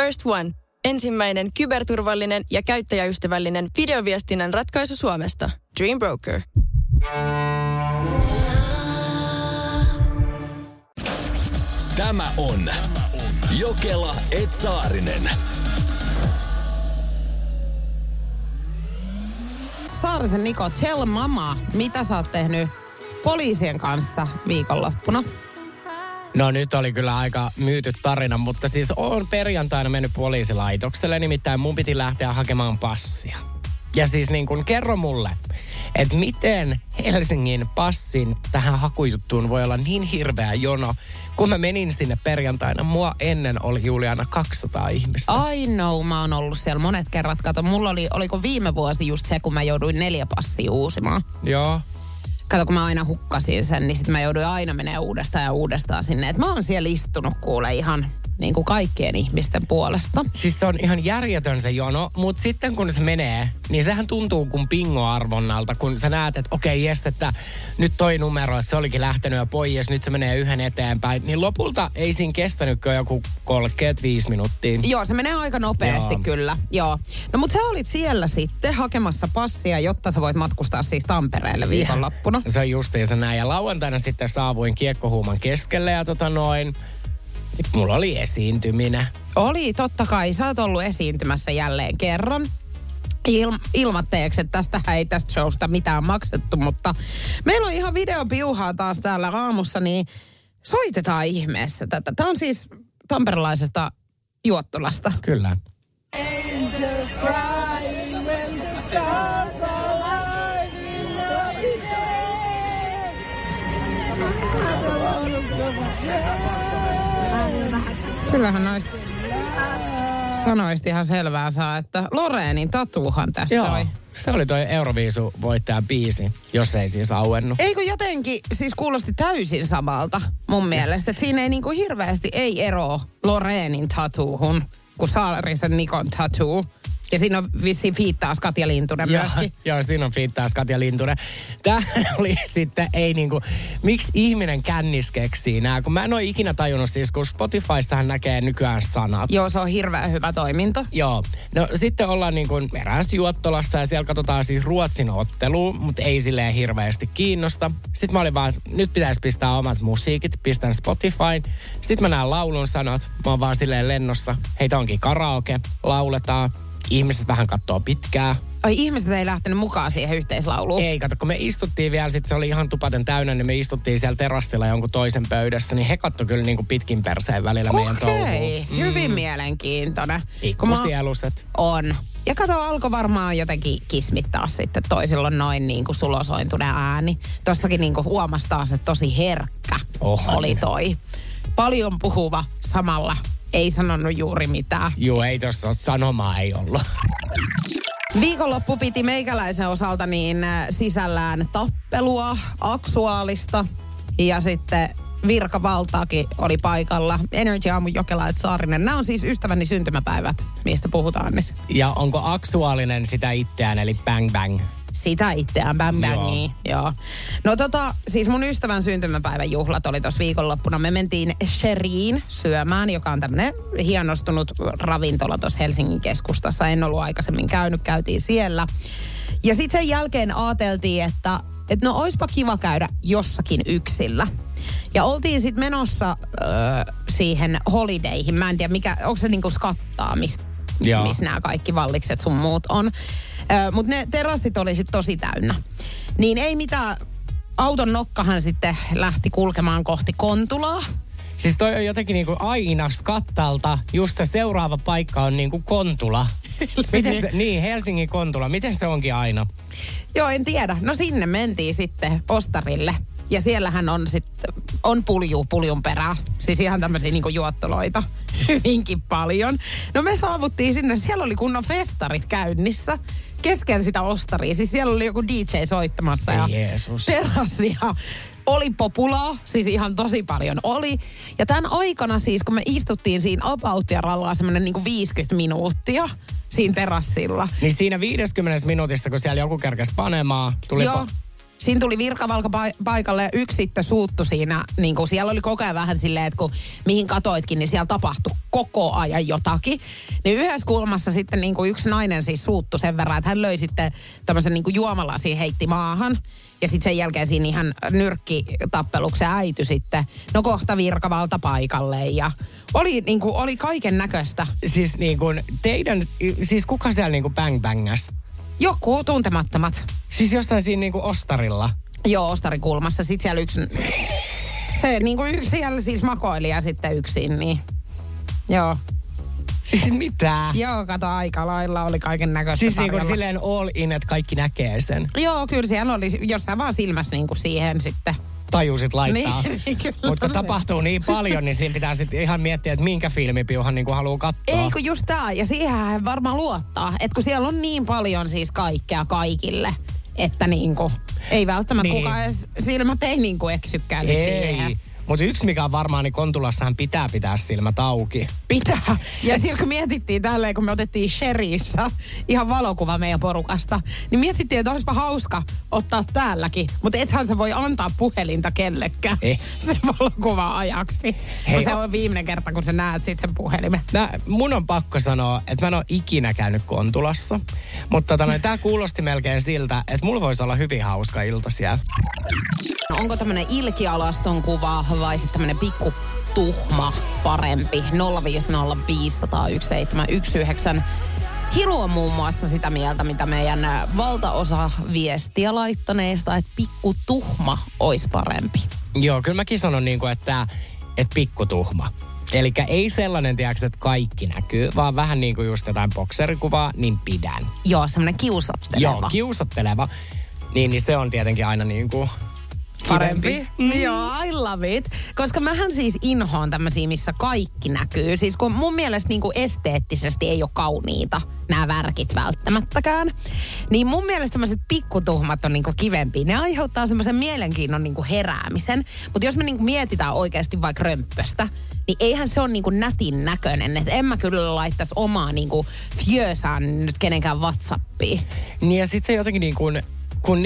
First One. Ensimmäinen kyberturvallinen ja käyttäjäystävällinen videoviestinnän ratkaisu Suomesta. Dream Broker. Tämä on Jokela & Saarinen. Saarisen Niko, tell mama, mitä sä oot tehnyt poliisien kanssa viikonloppuna? No nyt oli kyllä aika myyty tarina, mutta siis oon perjantaina mennyt poliisilaitokselle, nimittäin mun piti lähteä hakemaan passia. Ja siis niin kun kerro mulle, että miten Helsingin passin tähän hakujuttuun voi olla niin hirveä jono, kun mä menin sinne perjantaina, mua ennen oli Juliana 200 ihmistä. I know, mä oon ollut siellä monet kerrat. Kato, mulla oliko viime vuosi just se, kun mä jouduin 4 passia uusimaan. Joo. Kato, kun mä aina hukkasin sen, niin sit mä jouduin aina menee uudestaan ja uudestaan sinne. Et mä oon siellä istunut kuule ihan niin kuin kaikkien ihmisten puolesta. Siis se on ihan järjetön se jono, mutta sitten kun se menee, niin sehän tuntuu kuin pingoarvonnalta, kun sä näet, että okei, jes, että nyt toi numero, että se olikin lähtenyt jo pois, nyt se menee yhden eteenpäin. Niin lopulta ei siinä kestänytkään joku 35 minuuttia. Joo, se menee aika nopeasti kyllä. Joo. No mut sä olit siellä sitten hakemassa passia, jotta sä voit matkustaa siis Tampereelle viikonloppuna. Se on justiinsa näin. Ja lauantaina sitten saavuin Kiekkohuuman keskelle ja mulla oli esiintyminen. Oli, totta kai. Sä oot ollut esiintymässä jälleen kerran. Ilmatteeksi, että tästä showsta mitään maksettu, mutta meillä on ihan videopiuhaa taas täällä aamussa, niin soitetaan ihmeessä tätä. Tämä on siis tamperelaisesta Juottolasta. Kyllä. Kyllähän noista sanoista ihan selvää saa, että Loreenin tatuuhan tässä oli. Se oli toi Euroviisu-voittajan biisi, jos ei siis auennut. Eikö jotenkin, siis kuulosti täysin samalta mun mielestä, että siinä ei niinku hirveästi ei eroa Loreenin tatuuhun kuin Saarisen Nikon tattoo. Ja siinä on vissiin fiittaas Katja Lintunen myöskin. Joo, siinä on fiittaas Katja Lintunen. Tämähän oli sitten, ei niinku, miksi ihminen kännis keksii nää, kun mä en ole ikinä tajunnut siis, kun Spotifyssahan näkee nykyään sanat. Joo, se on hirveän hyvä toiminto. Joo, no sitten ollaan niinku eräässä Juottolassa ja siellä katsotaan siis Ruotsin ottelua, mutta ei silleen hirveästi kiinnosta. Sitten mä olin vaan, nyt pitäisi pistää omat musiikit, pistän Spotifyn. Sitten mä näen laulun sanat, mä oon vaan silleen lennossa, heitä onkin karaoke, lauletaan. Ihmiset vähän kattoo pitkää. Ai ihmiset ei lähtenyt mukaan siihen yhteislauluun? Ei, kato, kun me istuttiin vielä, sit se oli ihan tupaten täynnä, niin me istuttiin siellä terassilla jonkun toisen pöydässä, niin he kattoi kyllä niin kuin pitkin perseen välillä meidän touhuun. Okei, hyvin mielenkiintoinen. Pikkusieluset. On. Ja kato, alkoi varmaan jotenkin kismittaa sitten toisilla noin niin kuin sulosointuneen ääni. Tossakin niin kuin huomasi taas, että tosi herkkä oli toi. Paljon puhuva samalla. Ei sanonut juuri mitään. Joo, ei tossa sanomaa ei ollut. Viikonloppu piti meikäläisen osalta niin sisällään tappelua, aksuaalista ja sitten virkavaltaakin oli paikalla. Energy Aamu Jokela & Saarinen. Nämä on siis ystäväni syntymäpäivät, mistä puhutaan. Ja onko aksuaalinen sitä itseään, eli bang bang? Sitä itseään, bang bangiin, joo. No siis mun ystävän syntymäpäivän juhlat oli tossa viikonloppuna. Me mentiin Sheriin syömään, joka on tämmönen hienostunut ravintola tuossa Helsingin keskustassa. En ollut aikaisemmin käytiin siellä. Ja sitten sen jälkeen ajateltiin, että no oispa kiva käydä jossakin yksillä. Ja oltiin sitten menossa siihen holidayhin. Mä en tiedä, onko se niinku skattaa, missä nämä kaikki vallikset sun muut on. Mutta ne terassit oli sitten tosi täynnä. Niin ei mitään, auton nokkahan sitten lähti kulkemaan kohti Kontulaa. Siis toi on jotenkin niinku aina skattalta, just se seuraava paikka on niinku Kontula. Miten se, niin, Helsingin Kontula, miten se onkin aina? Joo, en tiedä. No sinne mentiin sitten Ostarille. Ja siellähän on sitten, puljun perää. Siis ihan tämmöisiä niinku juottoloita hyvinkin paljon. No me saavuttiin sinne, siellä oli kunnon festarit käynnissä. Kesken sitä Ostaria. Siis siellä oli joku DJ soittamassa ja terassia. Oli populaa, siis ihan tosi paljon oli. Ja tämän aikana siis, kun me istuttiin siinä about-rallaa semmoinen niinku 50 minuuttia siinä terassilla. Niin siinä 50 minuutissa, kun siellä joku kerkesi panemaan, tuli Siinä tuli virkavalka paikalle ja yksi sitten suuttu siinä. Niin kuin siellä oli koko ajan vähän silleen, että kun mihin katoitkin, niin siellä tapahtui koko ajan jotakin. Niin yhdessä kulmassa sitten niin kuin yksi nainen siis suuttu sen verran, että hän löi sitten tämmöisen niin kuin juomalasin heitti maahan. Ja sitten sen jälkeen siinä ihan nyrkkitappeluksen äity sitten, no kohta virkavalta paikalle ja oli kaiken näköistä. Siis niin kuin siis kuka siellä niin kuin bang-bangäs? Joku tuntemattomat. Siis jossain siinä niin kuin ostarilla? Joo, ostarikulmassa. Sitten siellä yksi siellä siis makoili ja sitten yksin, niin joo. Siis mitä? Joo, kato, aika lailla oli kaiken näköistä. Siis niin kuin silleen all in, että kaikki näkee sen. Joo, kyllä siellä oli jossain vaan silmässä niin kuin siihen sitten. Tajusit laittaa. Niin, mutta kun tapahtuu niin paljon, niin siinä pitää sitten ihan miettiä, että minkä filmipiuhan niin kuin haluaa katsoa. Ei kun just tää, ja siihen varmaan luottaa, että kun siellä on niin paljon siis kaikkea kaikille, että niinku, ei välttämättä kukaan edes silmät ei niinku eksykään siihen. Mutta yksi mikä on varmaan, niin Kontulassahan pitää silmät auki. Pitää. Ja siellä kun mietittiin tälleen, kun me otettiin Sherissä ihan valokuva meidän porukasta, niin mietittiin, että olisipa hauska ottaa täälläkin. Mutta ethän se voi antaa puhelinta kellekään sen valokuvan ajaksi. Hei, se on viimeinen kerta, kun sä näet sit sen puhelimen. Mun on pakko sanoa, että mä en ole ikinä käynyt Kontulassa. Mutta tää kuulosti melkein siltä, että mulla voisi olla hyvin hauska ilta siellä. No, onko tämmönen ilkialaston kuva vai sitten tämmönen pikku tuhma parempi? 050501719. Hiru on muun muassa sitä mieltä, mitä meidän valtaosa viestiä laittaneista, että pikku tuhma olisi parempi. Joo, kyllä mäkin sanon niin kuin, että pikku tuhma. Eli ei sellainen, tiedätkö, että kaikki näkyy, vaan vähän niin kuin just jotain bokserikuvaa, niin pidän. Joo, semmoinen kiusotteleva. Joo, kiusotteleva. Niin se on tietenkin aina niin kuin parempi. Joo, I love it. Koska mähän siis inhoan tämmöisiä, missä kaikki näkyy. Siis kun mun mielestä niinku esteettisesti ei ole kauniita nämä värkit välttämättäkään. Niin mun mielestä tämmöiset pikkutuhmat on niinku kivempiä. Ne aiheuttaa semmoisen mielenkiinnon niinku heräämisen. Mutta jos me niinku mietitään oikeasti vaikka römpöstä, niin eihän se ole niinku nätin näköinen. Että en mä kyllä laittaisi omaa niinku fjösään nyt kenenkään WhatsAppiin. Niin ja sit se jotenkin niinku kun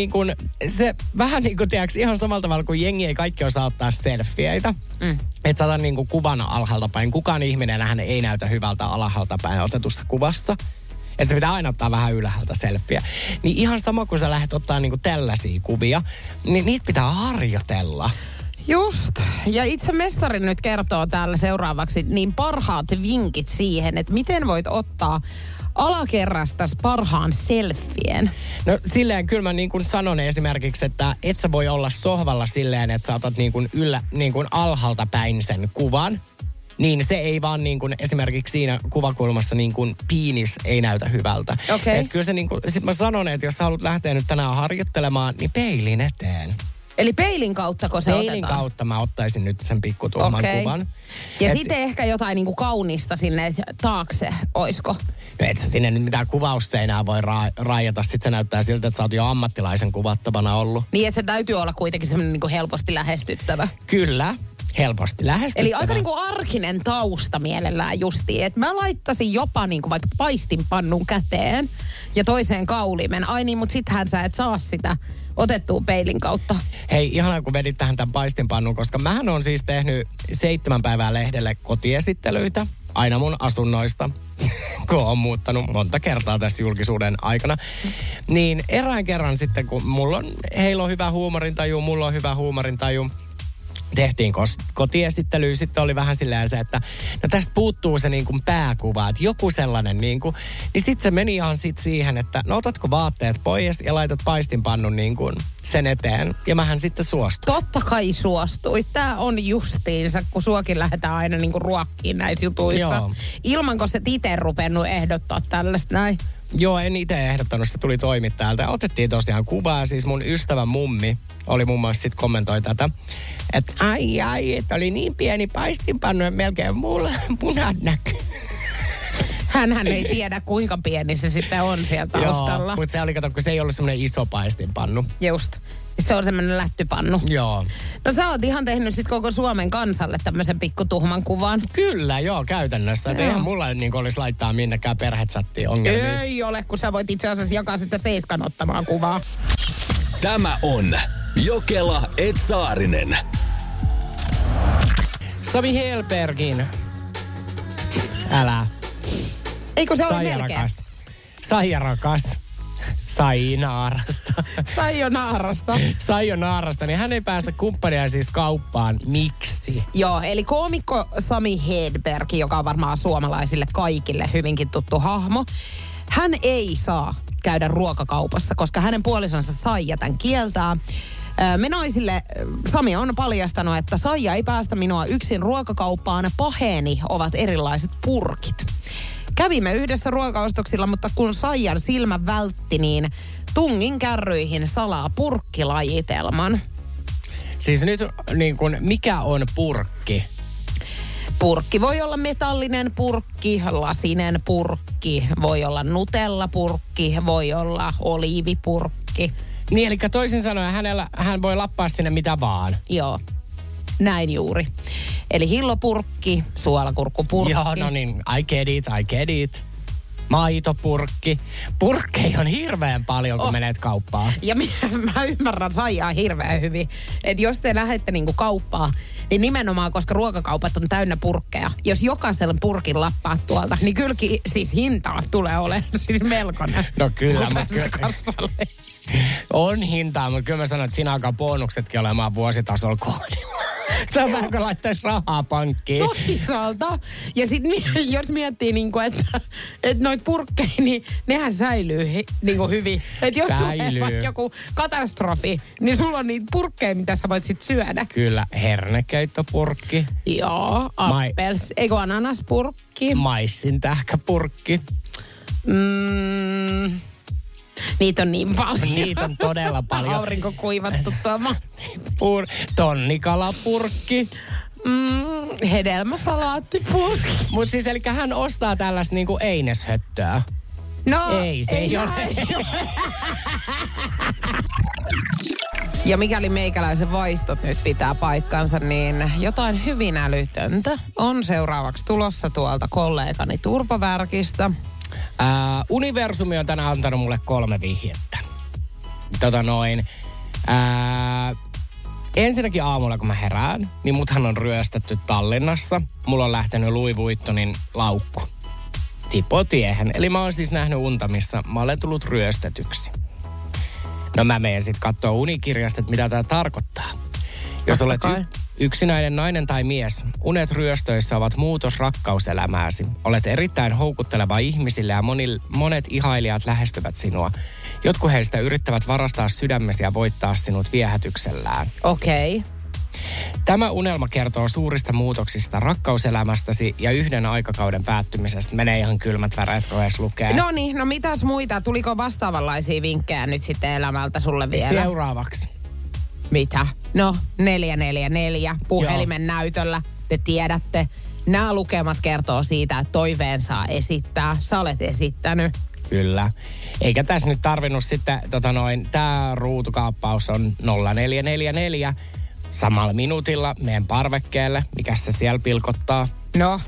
se vähän niin kuin tiedätkö, ihan samalla tavalla kuin jengi ei kaikki osaa ottaa selfieitä. Että saada niin kuin kuvan alhaalta päin. Kukaan ihminen ei näytä hyvältä alhaalta päin otetussa kuvassa. Että se pitää aina ottaa vähän ylhäältä selfieä. Niin ihan sama kun sä lähdet ottaa niin kuin tällaisia kuvia, niin niitä pitää harjoitella. Just. Ja itse mestari nyt kertoo täällä seuraavaksi niin parhaat vinkit siihen, että miten voit ottaa alakerrastas parhaan selfien. No silleen kyllä mä niin kuin sanon esimerkiksi, että et sä voi olla sohvalla silleen, että sä otat niin kuin alhaalta päin sen kuvan. Niin se ei vaan niin kuin esimerkiksi siinä kuvakulmassa niin kuin piinis ei näytä hyvältä. Okay. Että kyllä se niin kuin, sit mä sanon, että jos sä haluat lähteä nyt tänään harjoittelemaan, niin peilin eteen. Eli peilin kauttako se peilin otetaan? kautta mä ottaisin nyt sen pikkutuhman kuvan. Ja sitten ehkä jotain niinku kaunista sinne taakse, oisko? No et sä sinne nyt mitään kuvausseinää voi raijata. Sitten se näyttää siltä, että sä oot jo ammattilaisen kuvattavana ollut. Niin, että se täytyy olla kuitenkin semmoinen niinku helposti lähestyttävä. Kyllä, helposti lähestyttävä. Eli aika niinku arkinen tausta mielellään justiin. Että mä laittaisin jopa niinku vaikka paistinpannun käteen ja toiseen kaulimen. Ai niin, mutta sittenhän sä et saa sitä otettua peilin kautta. Hei, ihanaa kun vedit tähän tämän paistinpannun, koska mähän on siis tehnyt 7 päivää lehdelle kotiesittelyitä aina mun asunnoista, kun on muuttanut monta kertaa tässä julkisuuden aikana. Niin erään kerran sitten, kun heillä on hyvä huumorintaju, mulla on hyvä huumorintaju, tehtiin kotiesittelyä, sitten oli vähän silleen se, että no tästä puuttuu se niin kuin pääkuva, että joku sellainen niin kuin, niin sitten se meni ihan sit siihen, että no otatko vaatteet pois ja laitat paistinpannun niin kuin sen eteen ja mähän sitten suostuin. Totta kai suostui. Tää on justiinsa, kun suokin lähdetään aina niin kuin ruokkiin näissä jutuissa. Joo. Ilmanko se itse rupennut ehdottaa tällaista näin? Joo, en itse ehdottanut, se tuli toimittajalta. Ja otettiin tosiaan kuvaa, siis mun ystävän mummi oli muun muassa sit kommentoi tätä, että ai, että oli niin pieni paistinpannu, että melkein mulla munat näkyy. Hänhän ei tiedä, kuinka pieni se sitten on siellä taustalla. Joo, mutta se oli, kato, kun se ei ollut semmoinen iso paistinpannu. Just. Se on semmoinen lättypannu. Joo. No sä oot ihan tehnyt sit koko Suomen kansalle tämmöisen pikkutuhman kuvan. Kyllä, joo, käytännössä. Että eihän mulla niin olisi laittaa minnekään perhechattiin ongelmia. Ei ole, kun sä voit itse asiassa jakaa sitä Seiskan ottamaan kuvaa. Tämä on Jokela et Saarinen. Sami Helbergin. Älä. Eikö se ole Saija melkein? rakas. Saija rakas. Sayonarasta. Sayonarasta, niin hän ei päästä kumppania siis kauppaan. Miksi? Joo, eli koomikko Sami Hedberg, joka on varmaan suomalaisille kaikille hyvinkin tuttu hahmo. Hän ei saa käydä ruokakaupassa, koska hänen puolisonsa Saija tämän kieltää. Me naisille Sami on paljastanut, että Saija ei päästä minua yksin ruokakauppaan. Paheeni ovat erilaiset purkit. Kävimme yhdessä ruokaostoksilla, mutta kun Saijan silmä vältti, niin tungin kärryihin salaa purkkilajitelman. Siis nyt niin kuin, mikä on purkki? Purkki voi olla metallinen purkki, lasinen purkki, voi olla nutellapurkki, voi olla oliivipurkki. Niin, eli toisin sanoen hän voi lappaa sinne mitä vaan. Joo, näin juuri. Eli hillopurkki, suolakurkkupurkki. Joo, no niin, I get it. Maitopurkki. Purkkeja on hirveän paljon, kun menet kauppaan. Ja mä ymmärrän Saijaa hirveän hyvin, että jos te lähdette niinku kauppaan, niin nimenomaan, koska ruokakaupat on täynnä purkkeja, jos jokaisella purkin lappaa tuolta, niin kylläkin siis hintaa tulee olemaan siis melkoinen. No kyllä, kun mutta pääset kassalle. On hintaa, mutta kyllä mä sanon, että siinä alkaa bonuksetkin olemaan vuositasolla kohdilla. Se on vähän kuin laittaisi rahaa pankkiin. Toisaalta. Ja sitten jos miettii, niinku, että noit purkkeja, niin nehän säilyy niinku hyvin. Että jos tulee vaikka joku katastrofi, niin sulla on niitä purkkeja, mitä sä voit sit syödä. Kyllä, hernekeittopurkki. Joo, eikö ananaspurkki. Maissin tähkäpurkki. Niitä on niin paljon. Niitä on todella paljon. Aurinko kuivattu tuoma. Tonnikalapurkki. Hedelmäsalaattipurkki. Mut siis eli hän ostaa tällaista niinku eineshöttöä. No, ei, se ei ole. Ja mikäli meikäläisen vaistot nyt pitää paikkansa, niin jotain hyvin älytöntä on seuraavaksi tulossa tuolta kollegani Turpavärkistä. Universumi on tänään antanut mulle 3 vihjettä. Ensinnäkin aamulla, kun mä herään, niin muthan on ryöstetty Tallinnassa. Mulla on lähtenyt Louis Vuittonin laukku tipotiehen. Eli mä oon siis nähnyt unta, missä mä olen tullut ryöstetyksi. No mä menen sit kattoo unikirjasta, että mitä tää tarkoittaa. Jos olet yksinäinen nainen tai mies, unet ryöstöissä ovat muutos rakkauselämääsi. Olet erittäin houkutteleva ihmisille ja monet ihailijat lähestyvät sinua. Jotkut heistä yrittävät varastaa sydämesi ja voittaa sinut viehätyksellään. Okei. Tämä unelma kertoo suurista muutoksista rakkauselämästäsi ja yhden aikakauden päättymisestä. Menee ihan kylmät väreet, kun edes lukee. No niin, no mitäs muita? Tuliko vastaavanlaisia vinkkejä nyt sitten elämältä sulle vielä? Seuraavaksi. Mitä? No, 444 puhelimen näytöllä. Te tiedätte. Nämä lukemat kertoo siitä, että toiveen saa esittää. Sä olet esittänyt. Kyllä. Eikä tässä nyt tarvinnut sitten, tää ruutukaappaus on 0444. Samalla minuutilla meidän parvekkeelle. Mikäs se siellä pilkottaa? No,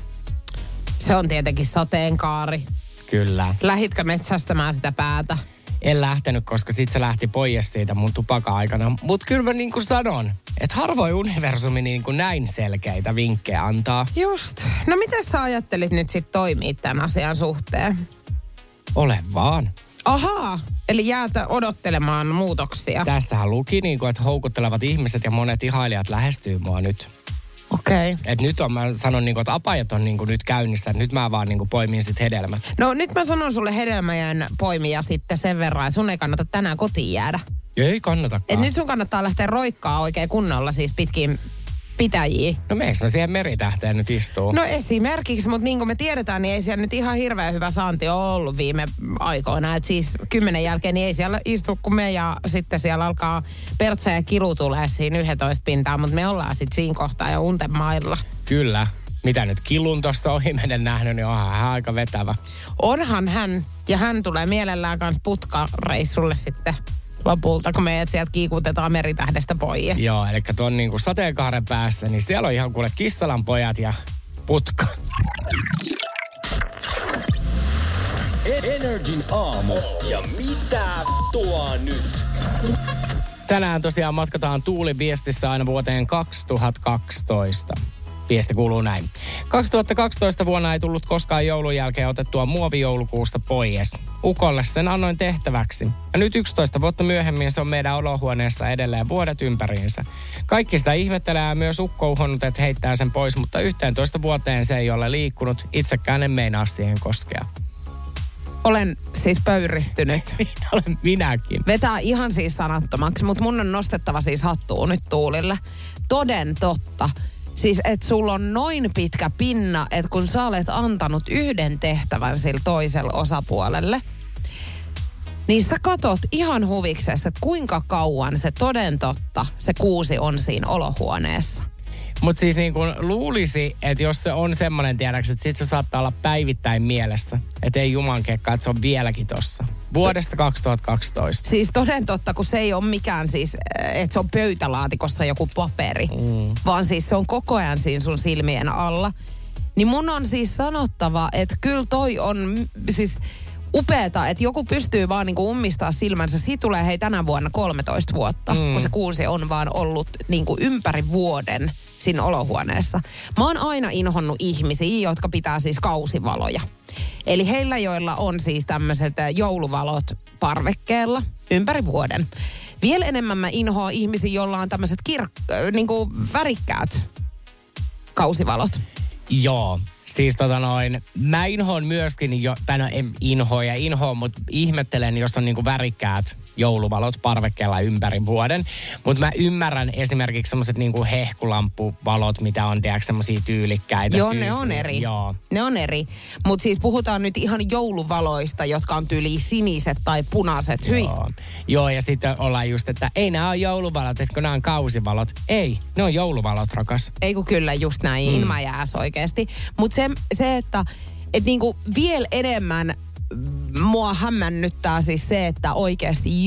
se on tietenkin sateenkaari. Kyllä. Lähitkö metsästämään sitä päätä? En lähtenyt, koska sit se lähti pois siitä mun tupaka-aikana. Mut kyllä mä niin kuin sanon, että harvoin universumi niin kuin näin selkeitä vinkkejä antaa. Just. No miten sä ajattelit nyt sit toimia tämän asian suhteen? Ole vaan. Ahaa, eli jäätä odottelemaan muutoksia. Tässähän luki, niin kuin, että houkuttelevat ihmiset ja monet ihailijat lähestyy mua nyt. Okei. Et nyt on, mä sanon, niin kuin, että apajat on niin kuin nyt käynnissä, että nyt mä vaan niin kuin poimin sit hedelmät. No nyt mä sanon sulle hedelmäjen poimia sitten sen verran, että sun ei kannata tänään kotiin jäädä. Ei kannatakaan. Et nyt sun kannattaa lähteä roikkaa oikein kunnolla siis pitkin pitäjiä. No meikö siellä meritähteen nyt istuu? No esimerkiksi, mutta niin kuin me tiedetään, niin ei siellä nyt ihan hirveän hyvä saanti ole ollut viime aikoina. Et siis 10 jälkeen niin ei siellä istu kuin me ja sitten siellä alkaa Pertsa ja Kiru tulee siinä 11 pintaa, mutta me ollaan sitten siinä kohtaa jo untemailla. Kyllä. Mitä nyt Kilun tuossa ohimenen nähnyt, niin onhan hän aika vetävä. Onhan hän, ja hän tulee mielellään kanssa putkareissulle sitten lopulta, kun meidät sieltä kiikutetaan meritähdestä pois. Joo, eli tuon niinku sateenkaaren päässä, niin siellä on ihan kuule Kissalan pojat ja putka. Energin aamu. Ja mitä tuo nyt? tänään tosiaan matkataan Tuuliviestissä aina vuoteen 2012. Viesti kuuluu näin. 2012 vuonna ei tullut koskaan joulun jälkeen otettua muovijoulukuusta pois. Ukolle sen annoin tehtäväksi. Ja nyt 11 vuotta myöhemmin se on meidän olohuoneessa edelleen vuodet ympäriinsä. Kaikki sitä ihmettelee ja myös ukko uhonnut, että heittää sen pois, mutta 11 vuoteen se ei ole liikkunut. Itsekään en meinaa siihen koskea. Olen siis pöyristynyt. Olen minäkin. Vetää ihan siis sanattomaksi, mutta mun on nostettava siis hattuun nyt Tuulille. Toden totta. Siis, että sulla on noin pitkä pinna, että kun sä olet antanut yhden tehtävän sille toiselle osapuolelle, niin sä katot ihan huviksessa, että kuinka kauan se toden totta, se kuusi on siinä olohuoneessa. Mutta siis niin kun luulisi, että jos se on semmoinen tiedäks, että sit se saattaa olla päivittäin mielessä. Että ei jumankekka, että se on vieläkin tossa. Vuodesta 2012. Siis toden totta, kun se ei ole mikään siis, että se on pöytälaatikossa joku paperi. Vaan siis se on koko ajan siinä sun silmien alla. Niin mun on siis sanottava, että kyllä toi on siis upeeta, että joku pystyy vaan niinku ummistaa silmänsä. Siitä tulee hei tänä vuonna 13 vuotta, kun se kuusi on vaan ollut niinku ympäri vuoden siinä olohuoneessa. Mä oon aina inhonnut ihmisiä, jotka pitää siis kausivaloja. Eli heillä, joilla on siis tämmöiset jouluvalot parvekkeella ympäri vuoden. Vielä enemmän mä inhoan ihmisiä, joilla on tämmöiset niinku värikkäät kausivalot. Joo. Siis mä inhoon myöskin, en inhoa, mutta ihmettelen, jos on niinku värikkäät jouluvalot parvekkeella ympäri vuoden. Mutta mä ymmärrän esimerkiksi semmoiset niinku hehkulampuvalot, mitä on, tiedätkö, semmoisia tyylikkäitä. Joo, ne on eri. Joo. Ne on eri. Mutta siis puhutaan nyt ihan jouluvaloista, jotka on tyyli siniset tai punaiset. Hyi. Joo, ja sitten ollaan just, että ei nämä ole jouluvalot, että kun nämä on kausivalot. Ei, ne on jouluvalot, rakas. Ei kun kyllä just näin, ilma jääs oikeasti. Mutta se, että niinku vielä enemmän mua hämmännyttää siis se, että oikeasti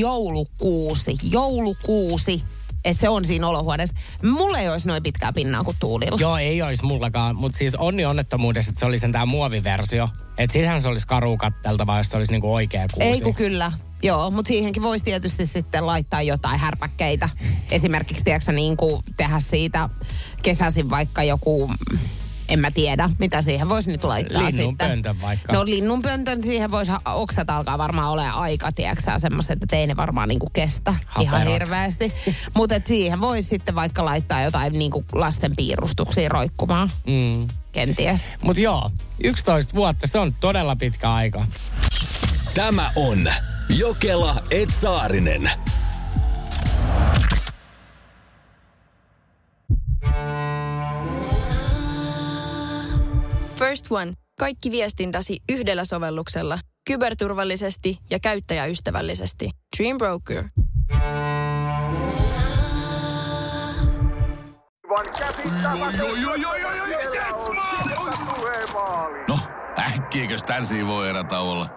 joulukuusi, että se on siinä olohuoneessa. Mulla ei olisi noin pitkää pinnaa kuin Tuulilla. Joo, ei olisi mullakaan, mutta siis onnettomuudessa, että se oli sentään muoviversio. Että siitähän se olisi karu katteltava, jos se olisi niinku oikea kuusi. Ei kun kyllä. Joo, mutta siihenkin voisi tietysti sitten laittaa jotain härpäkkeitä. Esimerkiksi, tiedätkö, niin kuin tehdä siitä kesäisin vaikka joku, en mä tiedä, mitä siihen voisi nyt laittaa sitten. Linnunpöntön vaikka. No linnunpöntön, siihen voisi, oksat alkaa varmaan olemaan aika, tiedätkö, semmoiset, että ei ne varmaan niinku kestä ihan hirveästi. Mutta siihen voisi sitten vaikka laittaa jotain niinku lasten piirustuksia roikkumaan. Kenties. Mutta joo, 11 vuotta, se on todella pitkä aika. Tämä on Jokela et Saarinen. First One. Kaikki viestintäsi yhdellä sovelluksella. Kyberturvallisesti ja käyttäjäystävällisesti. Dream Broker. No, äkkiäkös tän voi erätä olla?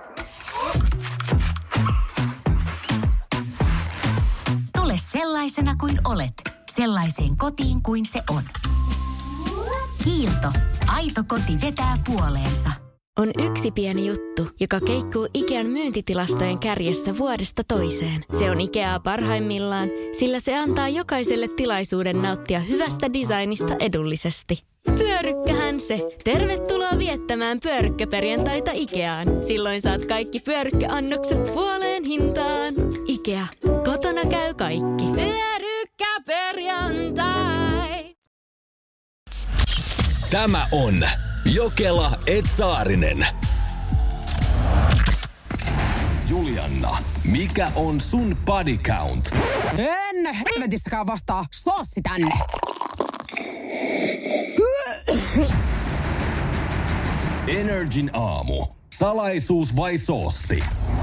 Tule sellaisena kuin olet, sellaiseen kotiin kuin se on. Kiilto. Aito koti vetää puoleensa. On yksi pieni juttu, joka keikkuu Ikean myyntitilastojen kärjessä vuodesta toiseen. Se on Ikeaa parhaimmillaan, sillä se antaa jokaiselle tilaisuuden nauttia hyvästä designista edullisesti. Pyörykkähän se. Tervetuloa viettämään pyörykkäperjantaita Ikeaan. Silloin saat kaikki pyörykkäannokset puoleen hintaan. Ikea. Kotona käy kaikki. Pyörykkäperjantai. Tämä on Jokela et Saarinen. Julianna, mikä on sun body count? En helvetissäkään vastaa soossi tänne. Energin aamu. Salaisuus vai soossi?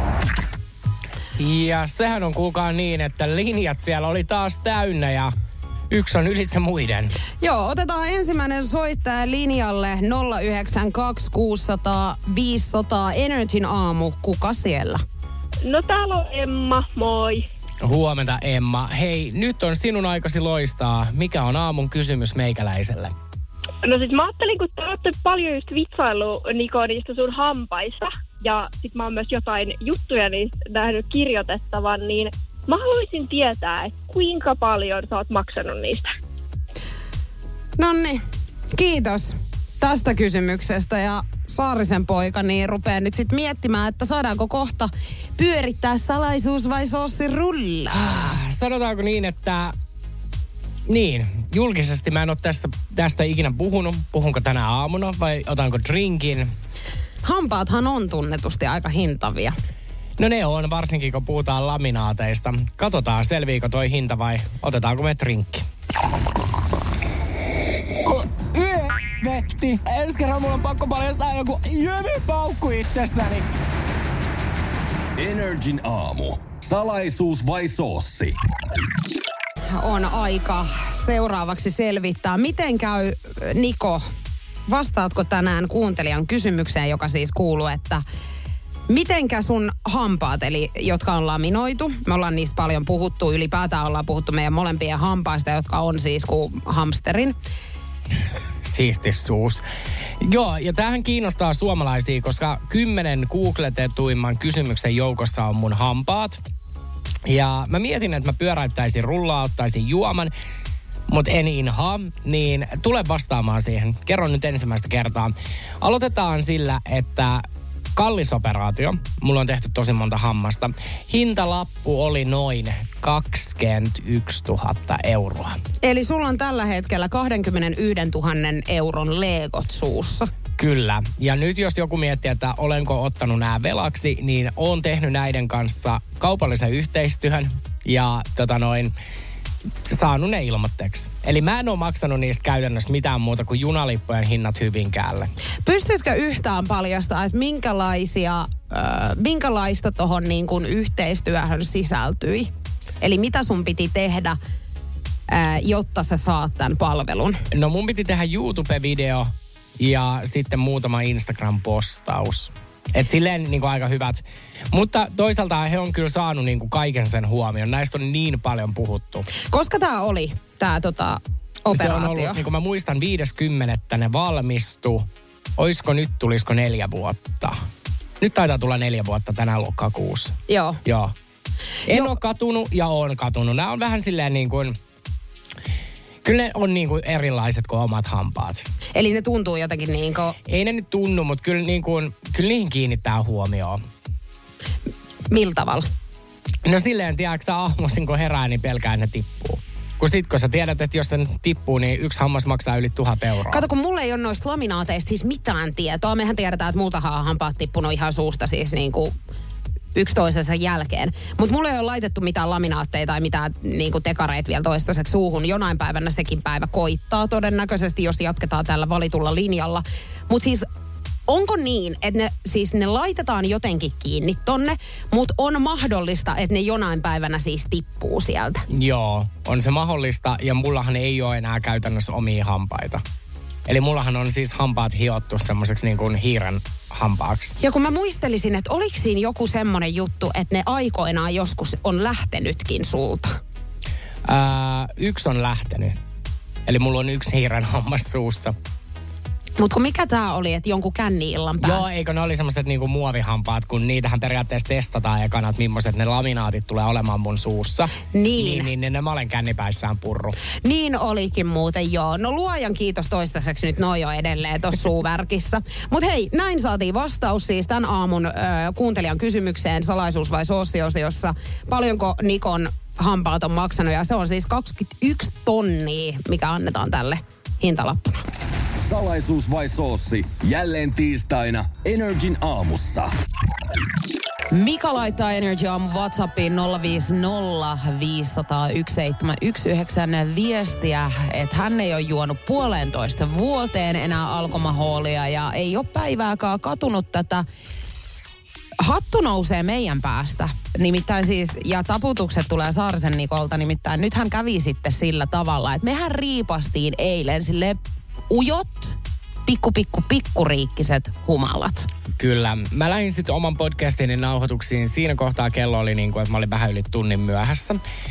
Ja sehän on kuulkaa niin, että linjat siellä oli taas täynnä ja yksi on ylitse muiden. Joo, otetaan ensimmäinen soittaja linjalle 092 600 500 Energin aamu. Kuka siellä? No täällä on Emma, moi. Huomenta Emma. Hei, nyt on sinun aikasi loistaa. Mikä on aamun kysymys meikäläiselle? No sit mä ajattelin, kun te olette paljon just vitsailu Niko niistä sun hampaista. Ja sit mä oon myös jotain juttuja niistä nähnyt kirjoitettavan, niin Mä haluaisin tietää, että kuinka paljon sä oot maksanut niistä. Nonni, kiitos tästä kysymyksestä. Ja Saarisen poika niin rupeaa nyt sitten miettimään, että saadaanko kohta pyörittää salaisuus vai soossi rullaa. Sanotaanko niin, että niin, julkisesti mä en ole tästä ikinä puhunut. Puhunko tänä aamuna vai otanko drinkin? Hampaathan on tunnetusti aika hintavia. No ne on, varsinkin kun puhutaan laminaateista. Katsotaan, selviikö toi hinta vai otetaanko me drinkki. Vetti. Ensi kerran mulla on pakko paljastaa joku paukku itsestäni. Energin aamu. Salaisuus vai soossi? On aika seuraavaksi selvittää. Miten käy, Niko? Vastaatko tänään kuuntelijan kysymykseen, joka siis kuuluu, että mitenkä sun hampaat, eli jotka on laminoitu, me ollaan niistä paljon puhuttu, ylipäätään ollaan puhuttu meidän molempien hampaista, jotka on siis kuin hamsterin. Siistissuus. Joo, ja tämähän kiinnostaa suomalaisia, koska 10 googletetuimman kysymyksen joukossa on mun hampaat. Ja mä mietin, että mä pyöräyttäisin rullaa, ottaisin juoman, mutta en inhaa, niin tule vastaamaan siihen. Kerron nyt ensimmäistä kertaa. Aloitetaan sillä, että kallis operaatio. Mulla on tehty tosi monta hammasta. Hintalappu oli noin 21 000 euroa. Eli sulla on tällä hetkellä 21 000 euron leegot suussa. Kyllä. Ja nyt jos joku miettii, että olenko ottanut nämä velaksi, niin oon tehnyt näiden kanssa kaupallisen yhteistyön ja saanut ne ilmoitteeksi. Eli mä en ole maksanut niistä käytännössä mitään muuta kuin junalippujen hinnat Hyvinkäälle. Pystytkö yhtään paljastaa, että minkälaista tuohon niin kuin yhteistyöhön sisältyi? Eli mitä sun piti tehdä, jotta sä saat tämän palvelun? No mun piti tehdä YouTube-video ja sitten muutama Instagram-postaus. Et silleen niin kuin aika hyvät. Mutta toisaalta he on kyllä saanut niin kuin kaiken sen huomioon. Näistä on niin paljon puhuttu. Koska tämä oli, tämä operaatio? Se on ollut, niin kuin mä muistan, 5.10. ne valmistui. Tulisiko 4 vuotta? Nyt taitaa tulla 4 vuotta tänä lokakuussa. Joo. En ole katunut ja oon katunut. Nämä on vähän silleen niin kuin... Kyllä ne on niin kuin erilaiset kuin omat hampaat. Eli ne tuntuu jotenkin niin kuin... Ei ne nyt tunnu, mutta kyllä niihin kiinnittää huomioon. Millä tavalla? No silleen, tiedätkö sä aamuisin kun herää, niin pelkään ne tippuu. Kun sä tiedät, että jos sen tippuu, niin yksi hammas maksaa yli 1 000 euroa. Kato, kun mulla ei ole noista laminaateista siis mitään tietoa. Mehän tiedetään, että multahan on hampaat tippunut ihan suusta siis niin kuin yksi toisensa jälkeen. Mutta mulla ei ole laitettu mitään laminaatteja tai mitään niinku tekareita vielä toistaiseksi suuhun. Jonain päivänä sekin päivä koittaa todennäköisesti, jos jatketaan tällä valitulla linjalla. Mutta siis onko niin, että ne laitetaan jotenkin kiinni tonne, mutta on mahdollista, että ne jonain päivänä siis tippuu sieltä? Joo, on se mahdollista ja mullahan ei ole enää käytännössä omia hampaita. Eli mullahan on siis hampaat hiottu semmoiseksi niin kuin hiiren hampaaksi. Ja kun mä muistelisin, että oliko siinä joku semmoinen juttu, että ne aikoinaan joskus on lähtenytkin sulta? Yksi on lähtenyt. Eli mulla on 1 hiiren hammas suussa. Mutta mikä tää oli, että jonkun känni-illan päällä? Joo, eikö ne oli semmoiset niinku muovihampaat, kun niitähän periaatteessa testataan ekana, että millaiset ne laminaatit tulee olemaan mun suussa. Niin ne mä olen kännipäissään purru. Niin olikin muuten, joo. No luojan kiitos toistaiseksi nyt noi jo edelleen tossa suuvärkissä. Mut hei, näin saatiin vastaus siis tämän aamun kuuntelijan kysymykseen salaisuus vai soossi-osiossa. Paljonko Nikon hampaat on maksanut, ja se on siis 21 tonnia, mikä annetaan tälle hintalappuna. Salaisuus vai soossi? Jälleen tiistaina Energin aamussa. Mika laittaa Energy Aamu WhatsAppiin 050501719 viestiä, että hän ei ole juonut 1,5 vuoteen enää alkomahoolia ja ei ole päivääkään katunut tätä. Hattu nousee meidän päästä. Nimittäin siis, ja taputukset tulee Saarisen Nikolta, nimittäin nythän kävi sitten sillä tavalla, että mehän riipastiin eilen silleen ujot, pikkuriikkiset humalat. Kyllä. Mä lähdin sitten oman podcastini nauhoituksiin. Siinä kohtaa kello oli niin kuin, että mä olin vähän yli tunnin myöhässä.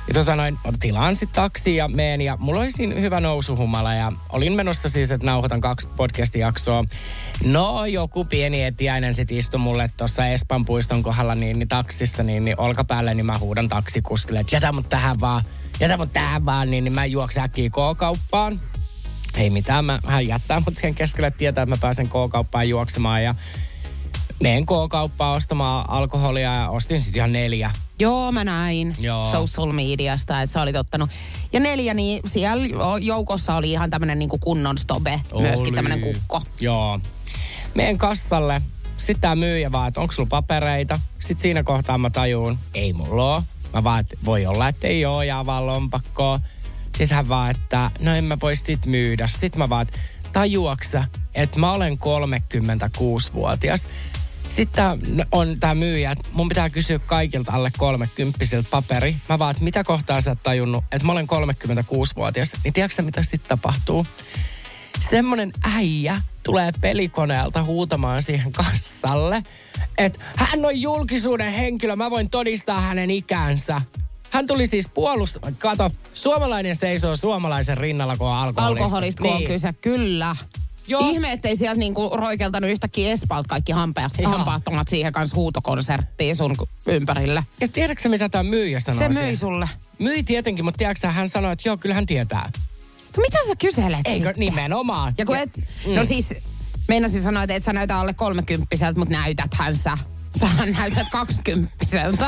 Ja tilaan sit taksi ja meen ja mulla oli siinä hyvä nousuhumala ja olin menossa siis, että nauhoitan 2 podcast-jaksoa. No joku pieni etiäinen sit istui mulle tuossa Espan puiston kohdalla niin taksissa niin olkapäälle, niin mä huudan taksikuskille, että jätä mut tähän vaan, niin mä juoksen äkkiä K-kauppaan. Ei mitään, hän jättää mut siihen keskelle, tietää, että mä pääsen K-kauppaan juoksemaan ja menen K-kauppaan ostamaan alkoholia ja ostin sitten ihan 4. Joo, mä näin social mediasta, että sä olit ottanut. Ja 4, niin siellä joukossa oli ihan tämmönen niinku kunnon stobe, myöskin tämmönen kukko. Joo. Menen kassalle, sitten tää myyjä vaan, että onko sulla papereita. Sitten siinä kohtaa mä tajuun, ei mulla oo. Mä vaan, että voi olla, että ei oo, ja vaan lompakkoon. Sitten hän vaan, että no en mä voi sit myydä. Sitten mä vaan, että tajuaksä, että mä olen 36-vuotias. Sitten on tää myyjä, että mun pitää kysyä kaikilta alle 30-vuotiailta paperi. Mä vaan, että mitä kohtaa sä oot tajunnut, että mä olen 36-vuotias. Niin tiedätkö mitä sitten tapahtuu? Semmonen äijä tulee pelikoneelta huutamaan siihen kassalle, että hän on julkisuuden henkilö, mä voin todistaa hänen ikänsä. Hän tuli siis puolustamaan. Kato, suomalainen seisoo suomalaisen rinnalla, kun on alkoholista. Alkoholista, kun on kyse, kyllä. Joo. Ihme, ettei sieltä niinku roikeltanut yhtäkkiä Espalta kaikki hampaattomat siihen kanssa huutokonserttiin sun ympärille. Ja tiedätkö mitä tämä myyjä sanoi? Se myi sulle. Myi tietenkin, mutta tiedätkö hän sanoi, että joo, kyllä hän tietää. No mitä sä kyselet? Eikö nimenomaan? Ja kun no siis, meinasin sanoa, että et sä näytä alle 30-vuotiaalta, mutta näytäthän sä. Sähän näytät 20-vuotiaalta.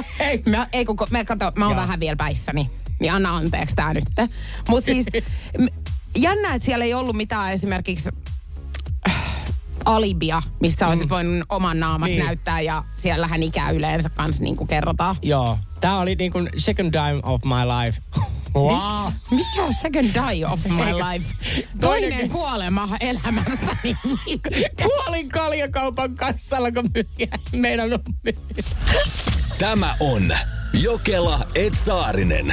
Mä oon vähän vielä päissäni. Niin anna anteeksi tää nyt. Mut siis, jännä, että siellä ei ollut mitään esimerkiksi alibia, missä olisit voinut oman naamas näyttää ja siellähän ikää yleensä kanssa niin kuin kerrotaan. Joo. Tää oli niin kuin second time of my life. Wow. Mikä second die of my life? Toinen kuolema elämästäni. Kuolin kaljakaupan kassalla, kun meidän on myydä. Tämä on Jokela & Saarinen.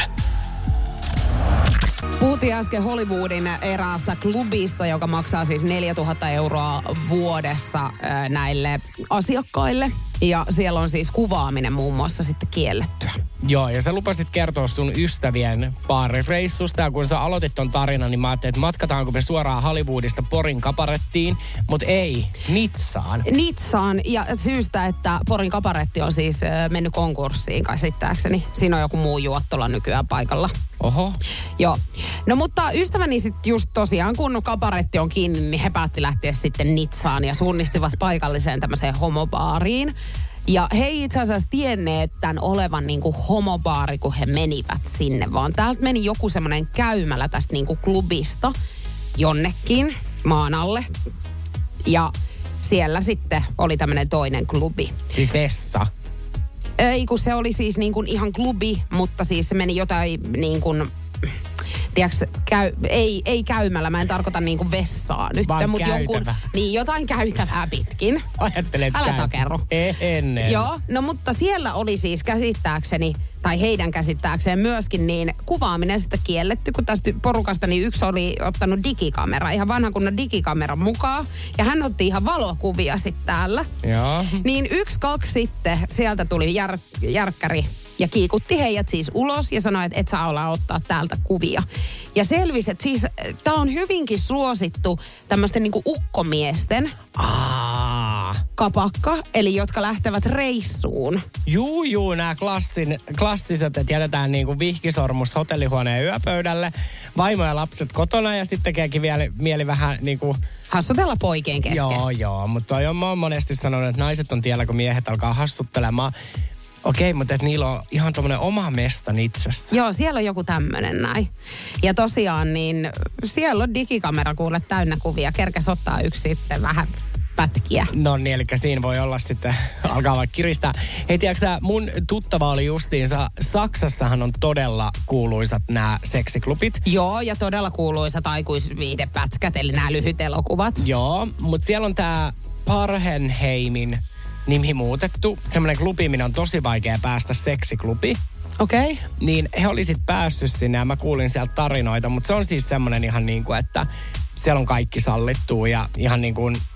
Puhuttiin äsken Hollywoodin eräästä klubista, joka maksaa siis 4 000 euroa vuodessa näille asiakkaille. Ja siellä on siis kuvaaminen muun muassa sitten kiellettyä. Joo, ja sä lupasit kertoa sun ystävien baarireissusta. Ja kun sä aloitit ton tarinan, niin mä ajattelin, että matkataanko me suoraan Hollywoodista Porin kabarettiin. Mutta ei, Nizzaan. Nizzaan, ja syystä, että Porin kabaretti on siis mennyt konkurssiin käsittääkseni. Siinä on joku muu juottola nykyään paikalla. Oho. Joo. No mutta ystäväni sitten just tosiaan, kun kabaretti on kiinni, niin he päätti lähteä sitten Nizzaan ja suunnistivat paikalliseen tämmöiseen homobaariin. Ja he ei itse asiassa tienneet tämän olevan niinku homobaari, kun he menivät sinne, vaan täältä meni joku semmoinen käymälä tästä niinku klubista jonnekin maan alle. Ja siellä sitten oli tämmöinen toinen klubi. Siis vessa? Ei, kun se oli siis niin kuin ihan klubi, mutta siis se meni jotain niin kuin, tiedätkö, ei käymällä, mä en tarkoita niin kuin vessaa nyt. Vaan mutta käytävä. Niin, jotain käytävää pitkin. Ajattelet Älä takerru. Ennen. Joo, no mutta siellä oli siis käsittääkseni, tai heidän käsittääkseen myöskin, niin kuvaaminen sitten kielletty, kun tästä porukasta niin yksi oli ottanut digikamera, ihan vanha kunnon digikameran mukaan, ja hän otti ihan valokuvia sitten täällä. Joo. Niin 1-2 sitten sieltä tuli järkkäri ja kiikutti heidät siis ulos ja sanoi, että et saa olla ottaa täältä kuvia. Ja selvisi, että siis tää on hyvinkin suosittu tämmöisten niinku ukkomiesten kapakka, eli jotka lähtevät reissuun. Juu, nämä klassiset, että jätetään niinku vihkisormus hotellihuoneen yöpöydälle, vaimo ja lapset kotona ja sitten tekeekin vielä mieli vähän niinku hassutella poikien kesken. Joo, mutta mä oon monesti sanonut, että naiset on tiellä, kun miehet alkaa hassuttelemaan. Okei, mutta että niillä on ihan tommonen oma mesta Nizzassa. Joo, siellä on joku tämmönen näin. Ja tosiaan niin siellä on digikamera kuule täynnä kuvia. Kerkäs ottaa yksi sitten vähän pätkiä. No niin, eli siinä voi olla sitten, alkaa vaikka kiristää. Hei, tiedätkö mun tuttava oli justiinsa, Saksassahan on todella kuuluisat nämä seksiklubit. Joo, ja todella kuuluisat aikuisviihdepätkät, eli nämä lyhyt elokuvat. Joo, mutta siellä on tää Parhenheimin nimi muutettu. Semmoinen klubi, minä on tosi vaikea päästä, seksiklubi. Okei. Okay. Niin he oli sit päässyt sinne ja mä kuulin sieltä tarinoita, mutta se on siis semmoinen ihan niin kuin, että siellä on kaikki sallittuu ja ihan niin kuin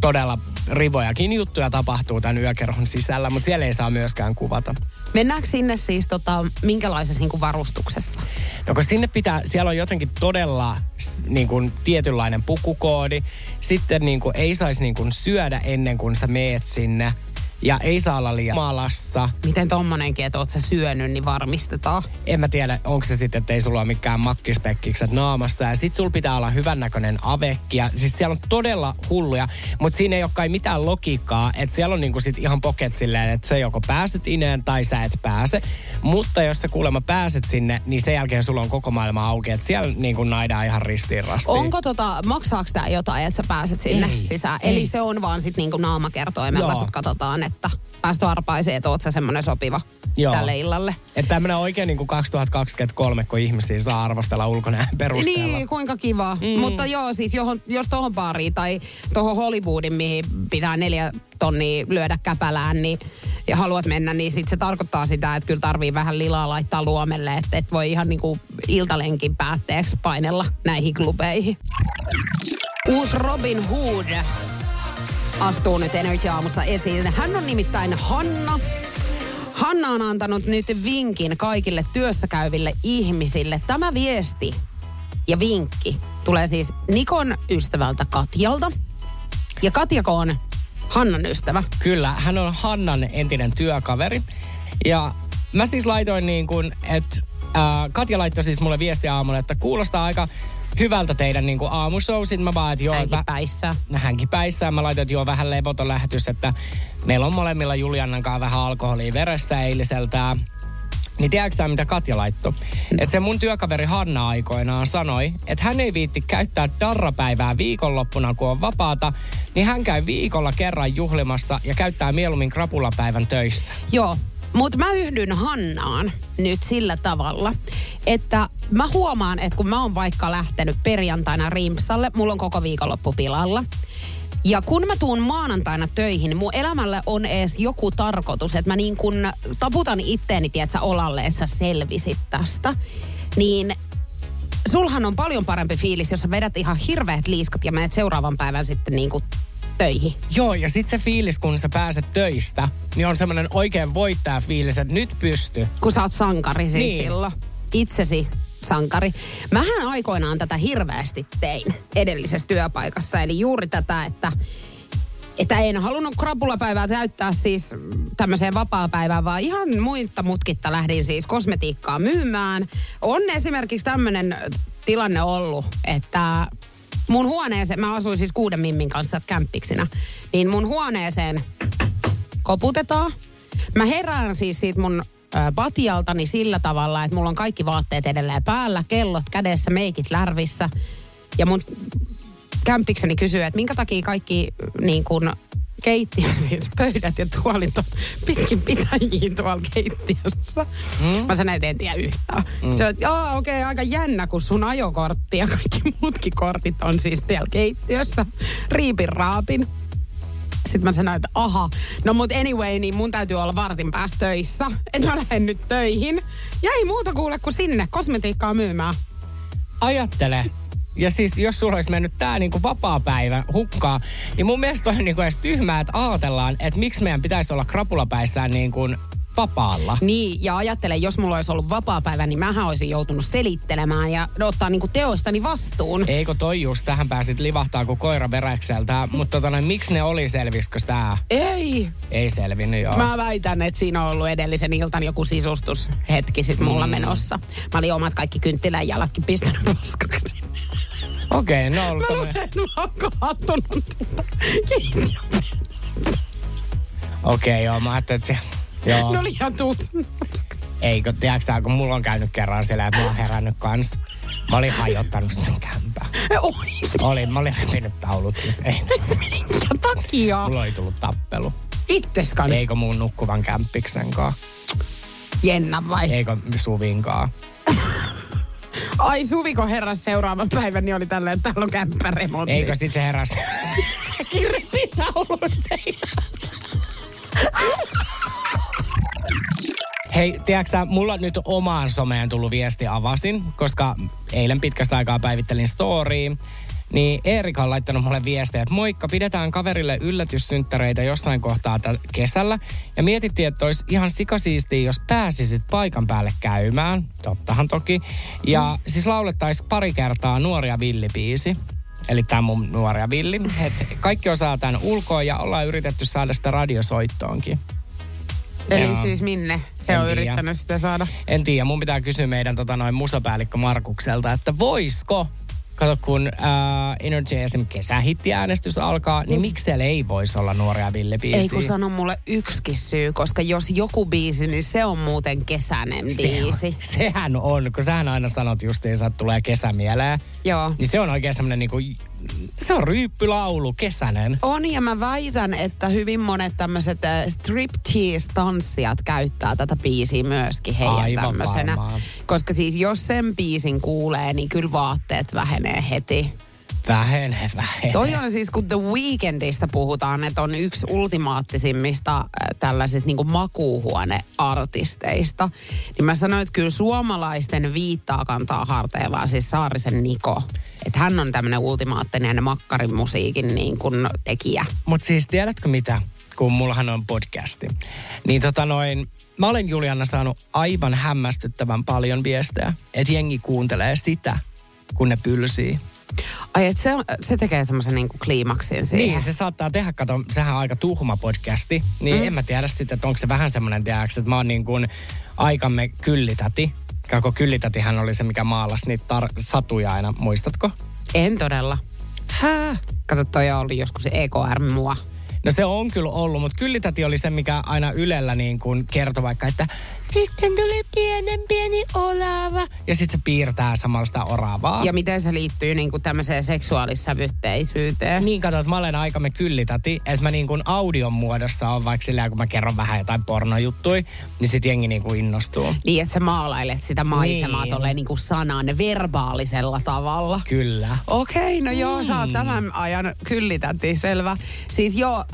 todella rivojakin juttuja tapahtuu tämän yökerhon sisällä, mutta siellä ei saa myöskään kuvata. Mennäänkö sinne siis minkälaisessa niin kuin varustuksessa? No kun siellä on jotenkin todella niin kuin tietynlainen pukukoodi. Sitten niin kuin ei saisi niin kuin syödä ennen kuin sä meet sinne. Ja ei saa olla liian malassa. Miten tommonenkin, että oot sä syönyt, niin varmistetaan? En mä tiedä, onko se sitten, että ei sulla ole mikään makkispekkikset naamassa. Ja sit sulla pitää olla hyvännäköinen avekki. Ja siis siellä on todella hulluja, mutta siinä ei ole kai mitään logiikkaa. Että siellä on niinku sit ihan pocket silleen, että sä joko pääset ineen tai sä et pääse. Mutta jos sä kuulemma pääset sinne, niin sen jälkeen sulla on koko maailma auki. Että siellä niinku naidaan ihan ristiin rastiin. Onko maksaako tää jotain, että sä pääset sinne sisään? Ei. Eli se on vaan sit niinku naamakertoimella, sut katsotaan, että päästö arpaisee, että oot sä semmonen sopiva tälle illalle. Että tämmönen oikein niinku 2023, kun ihmisiä saa arvostella ulkonäön perusteella. Niin, kuinka kiva. Mutta joo, siis jos tohon baariin tai tohon Hollywoodin, mihin pitää 4 tonnia lyödä käpälään, niin, ja haluat mennä, niin sit se tarkoittaa sitä, että kyllä tarvii vähän lilaa laittaa luomelle, että et voi ihan niinku iltalenkin päätteeksi painella näihin klubeihin. Uusi Robin Hood astuu nyt Energy-aamussa esiin. Hän on nimittäin Hanna. Hanna on antanut nyt vinkin kaikille työssä käyville ihmisille. Tämä viesti ja vinkki tulee siis Nikon ystävältä Katjalta. Ja Katjako on Hannan ystävä? Kyllä, hän on Hannan entinen työkaveri. Ja mä siis laitoin niin kuin, että Katja laittoi siis mulle viestiä aamulla, että kuulostaa aika hyvältä teidän niin kuin aamushow. Sitten mä vaan, että joo. Hänkin päissään. Mä laitoin, että joo, vähän levoton lähetys, että meillä on molemmilla Juliannan kanssa vähän alkoholia veressä eiliseltä. Niin tiedätkö sä, mitä Katja laittoi? Että se mun työkaveri Hanna aikoinaan sanoi, että hän ei viitti käyttää darrapäivää viikonloppuna, kun on vapaata, niin hän käy viikolla kerran juhlimassa ja käyttää mieluummin krapulapäivän töissä. Joo. Mutta mä yhdyn Hannaan nyt sillä tavalla, että mä huomaan, että kun mä oon vaikka lähtenyt perjantaina rimpsalle, mulla on koko viikonloppu pilalla. Ja kun mä tuun maanantaina töihin, niin mun elämällä on edes joku tarkoitus, että mä niin kun taputan itteeni, tietsä, olalle, että sä selvisit tästä. Niin sulhan on paljon parempi fiilis, jos sä vedät ihan hirveät liiskat ja menet seuraavan päivän sitten niin kuin töihin. Joo, ja sit se fiilis, kun sä pääset töistä, niin on semmoinen oikein voittajafiilis, että nyt pysty. Kun sä oot sankari siis silloin. Itsesi sankari. Mähän aikoinaan tätä hirveästi tein edellisessä työpaikassa. Eli juuri tätä, että en halunnut krapulapäivää täyttää siis tämmöiseen vapaapäivään, vaan ihan muita mutkitta lähdin siis kosmetiikkaa myymään. On esimerkiksi tämmöinen tilanne ollut, että mun huoneeseen, mä asuin siis 6 mimmin kanssa kämppiksinä, niin mun huoneeseen koputetaan. Mä herään siis siitä mun patjaltani sillä tavalla, että mulla on kaikki vaatteet edelleen päällä, kellot kädessä, meikit lärvissä. Ja mun kämppikseni kysyy, että minkä takia kaikki niin kuin keittiön siis pöydät ja tuolit on pitkin pitäjiin tuolla keittiössä. Mä sanoin, että en tiedä yhtään. Se on, okei, aika jännä, kun sun ajokortti ja kaikki muutkin kortit on siis siellä keittiössä. Riipin raapin. Sitten mä sanoin, että aha, no mut anyway, niin mun täytyy olla vartin päässä töissä. En mä lähde nyt töihin. Ja ei muuta kuule kuin sinne kosmetiikkaa myymään. Ajattele. Ja siis jos sulla olisi mennyt tää niinku vapaapäivä hukkaa, niin mun mielestä on niinku edes tyhmää, että ajatellaan, että miksi meidän pitäisi olla krapulapäissään niinku vapaalla. Niin, ja ajattele, jos mulla olisi ollut vapaapäivä, niin mähän olisin joutunut selittelemään ja ottaa niinku teoistani vastuun. Eikö toi just, tähän pääsit livahtaa kuin koira veräkseltä, mutta miksi ne oli, selvisikö tää? Ei. Ei selvinnyt, joo. Mä väitän, että siinä on ollut edellisen iltan joku sisustushetki sit mulla menossa. Mä olin omat kaikki kynttilän jalatkin pistänyt paskaksi. Okei, no ollut. Mä luulen, että mä oon kaattunut sitä. Okei, joo, mä ajattelin, että joo. Ne oli ihan Eikö, tiedätkö kun mulla on käynyt kerran siellä, että mä oon herännyt kanssa. Mä olin hajottanut sen kämpää. Mä olin repinyt taulutkin seinään. Minkä takia? Mulla oli tullut tappelu. Itses kanssa? Eikö mun nukkuvan kämppiksenkaan? Jenna vai? Eikö Suvinkaan? Ai Suviko heräsi seuraavan päivän, niin oli tälleen, että täällä on kämppäremontti. Eikö sit se heräsi? Säkin repit tauluun Hei, tiedätkö mulla nyt omaan someen tullut viesti avastin, koska eilen pitkästä aikaa päivittelin storyin. niin Eerika on laittanut mulle viestejä, että moikka, pidetään kaverille yllätyssynttäreitä jossain kohtaa kesällä. Ja mietittiin, että olisi ihan sikasiistiä, jos pääsisit paikan päälle käymään. Tottahan toki. Ja siis laulettaisiin pari kertaa Nuoria Villi-biisi. Eli tämä mun Nuoria Villi. Kaikki osaa tämän ulkoa ja ollaan yritetty saada sitä radiosoittoonkin. Eli siis minne he on yrittänyt sitä saada? En tiedä. Mun pitää kysyä meidän musapäällikkö Markukselta, että voisiko, kato kun Energy esimerkiksi kesähittiäänestys alkaa, niin miksi siellä ei voisi olla Nuoria Ville-biisiä? Ei kun sano mulle yksikin syy, koska jos joku biisi, niin se on muuten kesäinen biisi. Sehän on, kun sähän aina sanot justiinsa, että tulee kesä mieleen. Joo. Niin se on oikein semmoinen niinku, se on ryyppylaulu, kesäinen. On, ja mä väitän, että hyvin monet tämmöiset striptease-tanssijat käyttää tätä biisiä myöskin heidän tämmöisenä. Koska siis jos sen biisin kuulee, niin kyllä vaatteet vähenee heti. Vähenee. Toi on siis, kun The Weekndistä puhutaan, että on yksi ultimaattisimmista tällaisista niin kuin makuuhuone-artisteista. Niin mä sanoin, että kyllä suomalaisten viittaa kantaa harteillaan, siis Saarisen Niko. Että hän on tämmöinen ultimaattinen makkarimusiikin niin kuin tekijä. Mutta siis tiedätkö mitä? Kun mullahan on podcasti. Niin mä olen Juliana saanut aivan hämmästyttävän paljon viestejä, että jengi kuuntelee sitä, kun ne pylsii. Ai, että se tekee semmoisen niinku kliimaksin siihen. Niin, se saattaa tehdä, kato, sehän on aika tuhma podcasti. Niin en mä tiedä sitten, että onko se vähän semmoinen, tiedäks, että mä oon niin kuin aikamme Kyllitäti. Kako Kyllitätihän oli se, mikä maalasi niitä satuja aina, muistatko? En todella. Kato, toi on ollut joskus EKR mua. No se on kyllä ollut, mutta Kyllitäti oli se, mikä aina Ylellä niin kuin kertoi vaikka, että sitten tuli pieni orava. Ja sitten se piirtää samalla sitä oravaa. Ja miten se liittyy niin kuin tämmöiseen seksuaalissävytteisyyteen? Niin, kato, että mä olen aikamme Kyllitäti, että mä niin kuin audion muodossa on vaikka silleen, kun mä kerron vähän jotain pornojuttui, niin sit jengi niin kuin innostuu. Niin, että sä maalailet sitä maisemaa tolleen niin kuin sanan verbaalisella tavalla. Kyllä. Okei, no joo, sä oot tämän ajan Kyllitäti, selvä. Siis joo,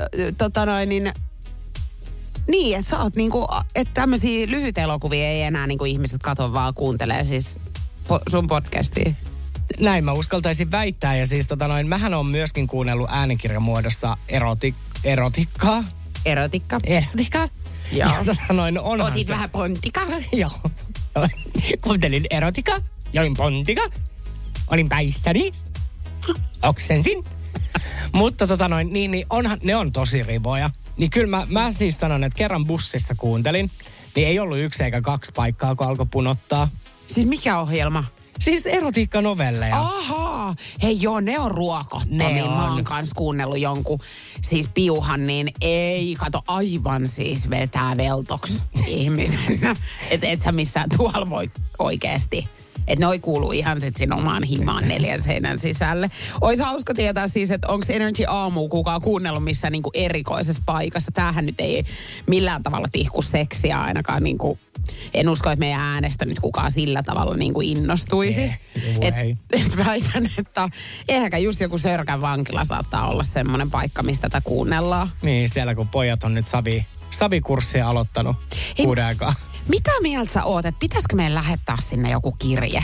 niin, että sä oot niinku, että tämmöisiä lyhyitä elokuvia ei enää niinku ihmiset katso, vaan kuuntelee siis sun podcastia. Näin mä uskaltaisin väittää, ja siis mähän on myöskin kuunnellut äänikirjamuodossa erotikkaa. Erotikka. Joo. Ja onhan otit se. Vähän pontika. Joo. Kuuntelin erotika, join pontika, olin päissäni, oksensin. Mutta niin onhan, ne on tosi rivoja. Niin kyllä mä siis sanon, että kerran bussissa kuuntelin, niin ei ollut 1 eikä 2 paikkaa, kun alkoi punottaa. Siis mikä ohjelma? Siis erotiikkanovelleja. Ahaa. Hei joo, ne on ruokottomia. Mä oon kans kuunnellut jonkun, siis piuhan, niin ei, kato, aivan siis vetää veltoks ihmisenä. Et sä missään tuolla voi oikeesti. Että noi kuuluu ihan sit sinun omaan himaan 4 seinän sisälle. Olisi hauska tietää siis, että onko Energy Aamu kukaan kuunnellut missään niinku erikoisessa paikassa. Tämähän nyt ei millään tavalla tihku seksiä ainakaan. Niinku, en usko, että meidän äänestä nyt kukaan sillä tavalla niinku innostuisi. Et väitän, että ehkä just joku Sörkän vankila saattaa olla semmoinen paikka, mistä tätä kuunnellaan. Niin, siellä kun pojat on nyt savikurssia aloittanut 6 aikaa. Mitä mieltä sä oot, että pitäisikö meidän lähettää sinne joku kirje?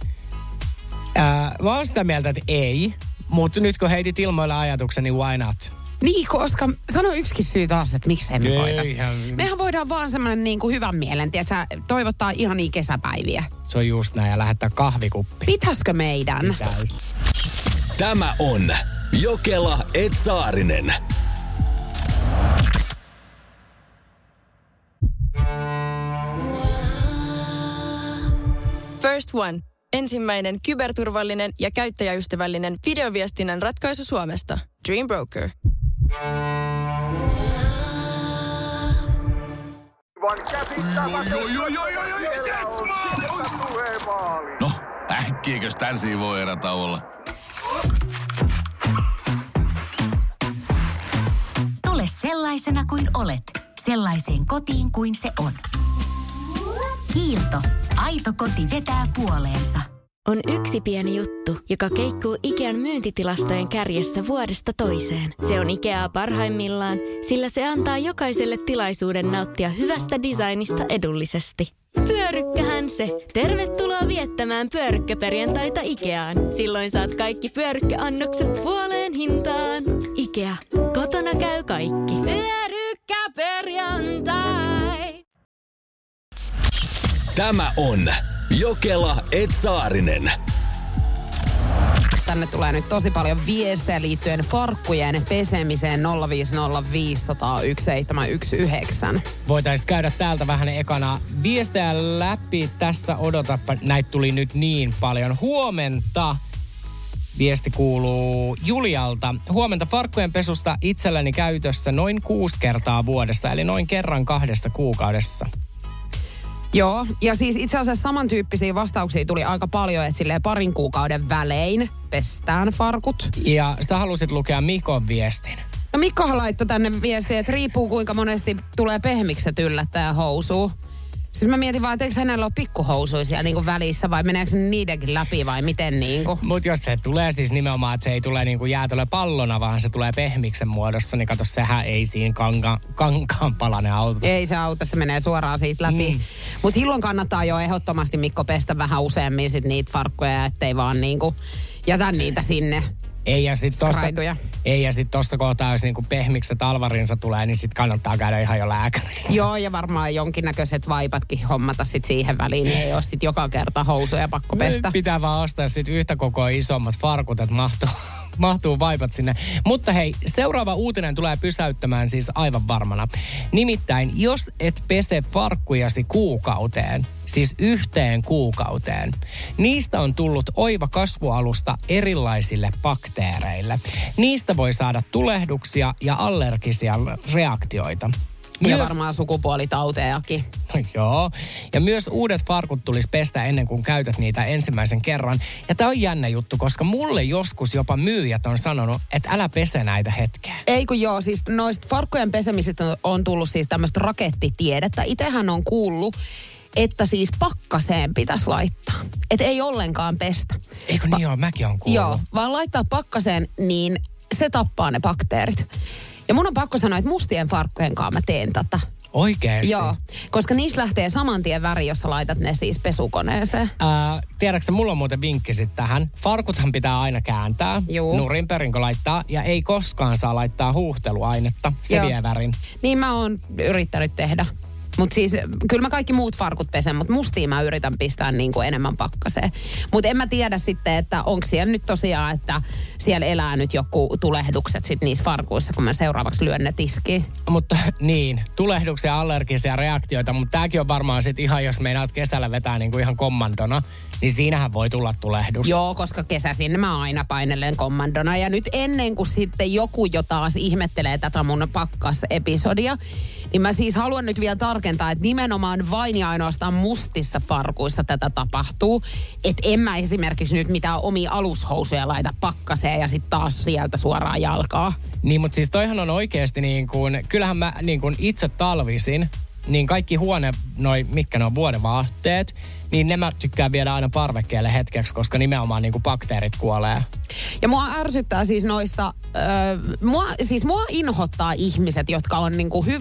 Mä oon sitä mieltä, että ei. Mutta nyt kun heitit ilmoille ajatuksen, niin why not? Niin, koska sano yksikin syy taas, että miksei me voitaisiin. Mehän voidaan vaan semmoinen niin kuin hyvän mielen, tiedätkö, toivottaa ihania kesäpäiviä. Se on just näin, ja lähettää kahvikuppi. Pitäisikö meidän? Pitäis. Tämä on Jokela et Saarinen. First One. Ensimmäinen kyberturvallinen ja käyttäjäystävällinen videoviestinnän ratkaisu Suomesta. Dream Broker. No, äkkiäkös tän voi erätauolla? Tule sellaisena kuin olet, sellaiseen kotiin kuin se on. Kiilto. Aito koti vetää puoleensa. on yksi pieni juttu, joka keikkuu Ikean myyntitilastojen kärjessä vuodesta toiseen. Se on Ikeaa parhaimmillaan, sillä se antaa jokaiselle tilaisuuden nauttia hyvästä designista edullisesti. Pyörykkähän se. Tervetuloa viettämään pyörykkäperjantaita Ikeaan. Silloin saat kaikki pyörykkäannokset puoleen hintaan. Ikea. Kotona käy kaikki. Pyörykkäperjantai. Tämä on Jokela et Saarinen. Tänne tulee nyt tosi paljon viestejä liittyen farkkujen pesemiseen 050501719. Voitaisiin käydä täältä vähän ekana viestejä läpi. Tässä odotapa, näitä tuli nyt niin paljon. Huomenta. Viesti kuuluu Julialta. Huomenta, farkkujen pesusta itselläni käytössä noin 6 kertaa vuodessa, eli noin kerran 2 kuukaudessa. Joo, ja siis itse asiassa samantyyppisiä vastauksia tuli aika paljon, että silleen 2 kuukauden välein pestään farkut. Ja sä halusit lukea Mikon viestin. No Mikkohan laittoi tänne viestiä, että riippuu kuinka monesti tulee pehmikset yllättäen housuun. Siis mä mietin vaan, että eikö hänellä ole pikkuhousuja siellä niinku välissä vai meneekö niidenkin läpi vai miten niinku? Mut jos se tulee siis nimenomaan, että se ei tule niinku jäätölö pallona, vaan se tulee pehmiksen muodossa, niin kato, sehän ei siinä kankaan palanen auta. Ei se auta, se menee suoraan siitä läpi. Mut silloin kannattaa jo ehdottomasti Mikko pestä vähän useammin sit niitä farkkuja, ettei vaan niinku jätä niitä sinne. Ei ja sit tossa kohtaa, jos niinku pehmikset alvarinsa tulee, niin sit kannattaa käydä ihan jo lääkärissä. Joo, ja varmaan jonkinnäköiset vaipatkin hommata sit siihen väliin, niin ei ole sit joka kerta housuja pakko pestä. Pitää vaan ostaa sit yhtä koko isommat farkut, että mahtuu vaipat sinne. Mutta hei, seuraava uutinen tulee pysäyttämään siis aivan varmana. Nimittäin, jos et pese farkkujasi kuukauteen, siis 1 kuukauteen, niistä on tullut oiva kasvualusta erilaisille bakteereille. Niistä voi saada tulehduksia ja allergisia reaktioita. Ja varmaan sukupuolitautejakin. Joo. Ja myös uudet farkut tulisi pestä ennen kuin käytät niitä ensimmäisen kerran. Ja tää on jännä juttu, koska mulle joskus jopa myyjät on sanonut, että älä pese näitä hetkeä. Ei kun joo, siis noista farkkujen pesemisistä on tullut siis tämmöistä rakettitiedettä. Itsehän on kuullut, että siis pakkaseen pitäisi laittaa. Että ei ollenkaan pestä. Eikö niin joo, mäkin on kuullut. Joo, vaan laittaa pakkaseen, niin se tappaa ne bakteerit. Ja mun on pakko sanoa, että mustien farkkujen kanssa mä teen tätä. Oikeesti? Joo, koska niistä lähtee saman tien väri, jos sä laitat ne siis pesukoneeseen. Tiedätkö, mulla on muuten vinkki sit tähän. Farkuthan pitää aina kääntää. Juu. Nurin perin kun laittaa. Ja ei koskaan saa laittaa huuhteluainetta. Se Joo. vie värin. Niin mä oon yrittänyt tehdä. Mutta siis kyllä mä kaikki muut farkut pesen, mutta mustiin mä yritän pistää niinku enemmän pakkaseen. Mutta en mä tiedä sitten, että onko siellä nyt tosiaan, että siellä elää nyt joku tulehdukset sit niissä farkuissa, kun mä seuraavaksi lyön ne tiskiin. Mutta niin, tulehduksia, allergisia reaktioita, mutta tääkin on varmaan sit ihan, jos meinaat kesällä vetää niinku ihan kommandona, niin siinähän voi tulla tulehdus. Joo, koska kesäsin mä aina painelen kommandona. Ja nyt ennen kuin sitten joku jo taas ihmettelee tätä mun pakkasepisodia, niin mä siis haluan nyt vielä tarkentaa, että nimenomaan vain ja ainoastaan mustissa farkuissa tätä tapahtuu. Että en mä esimerkiksi nyt mitään omia alushousuja laita pakkaseen ja sitten taas sieltä suoraan jalkaa. Niin, mutta siis toihan on oikeasti niin kuin, kyllähän mä niin kuin itse talvisin, niin kaikki mitkä ne on vuodenvaatteet, niin ne mä tykkään viedä aina parvekkeelle hetkeksi, koska nimenomaan niin kuin bakteerit kuolee. Ja mua ärsyttää siis noissa, mua inhottaa ihmiset, jotka on niin kuin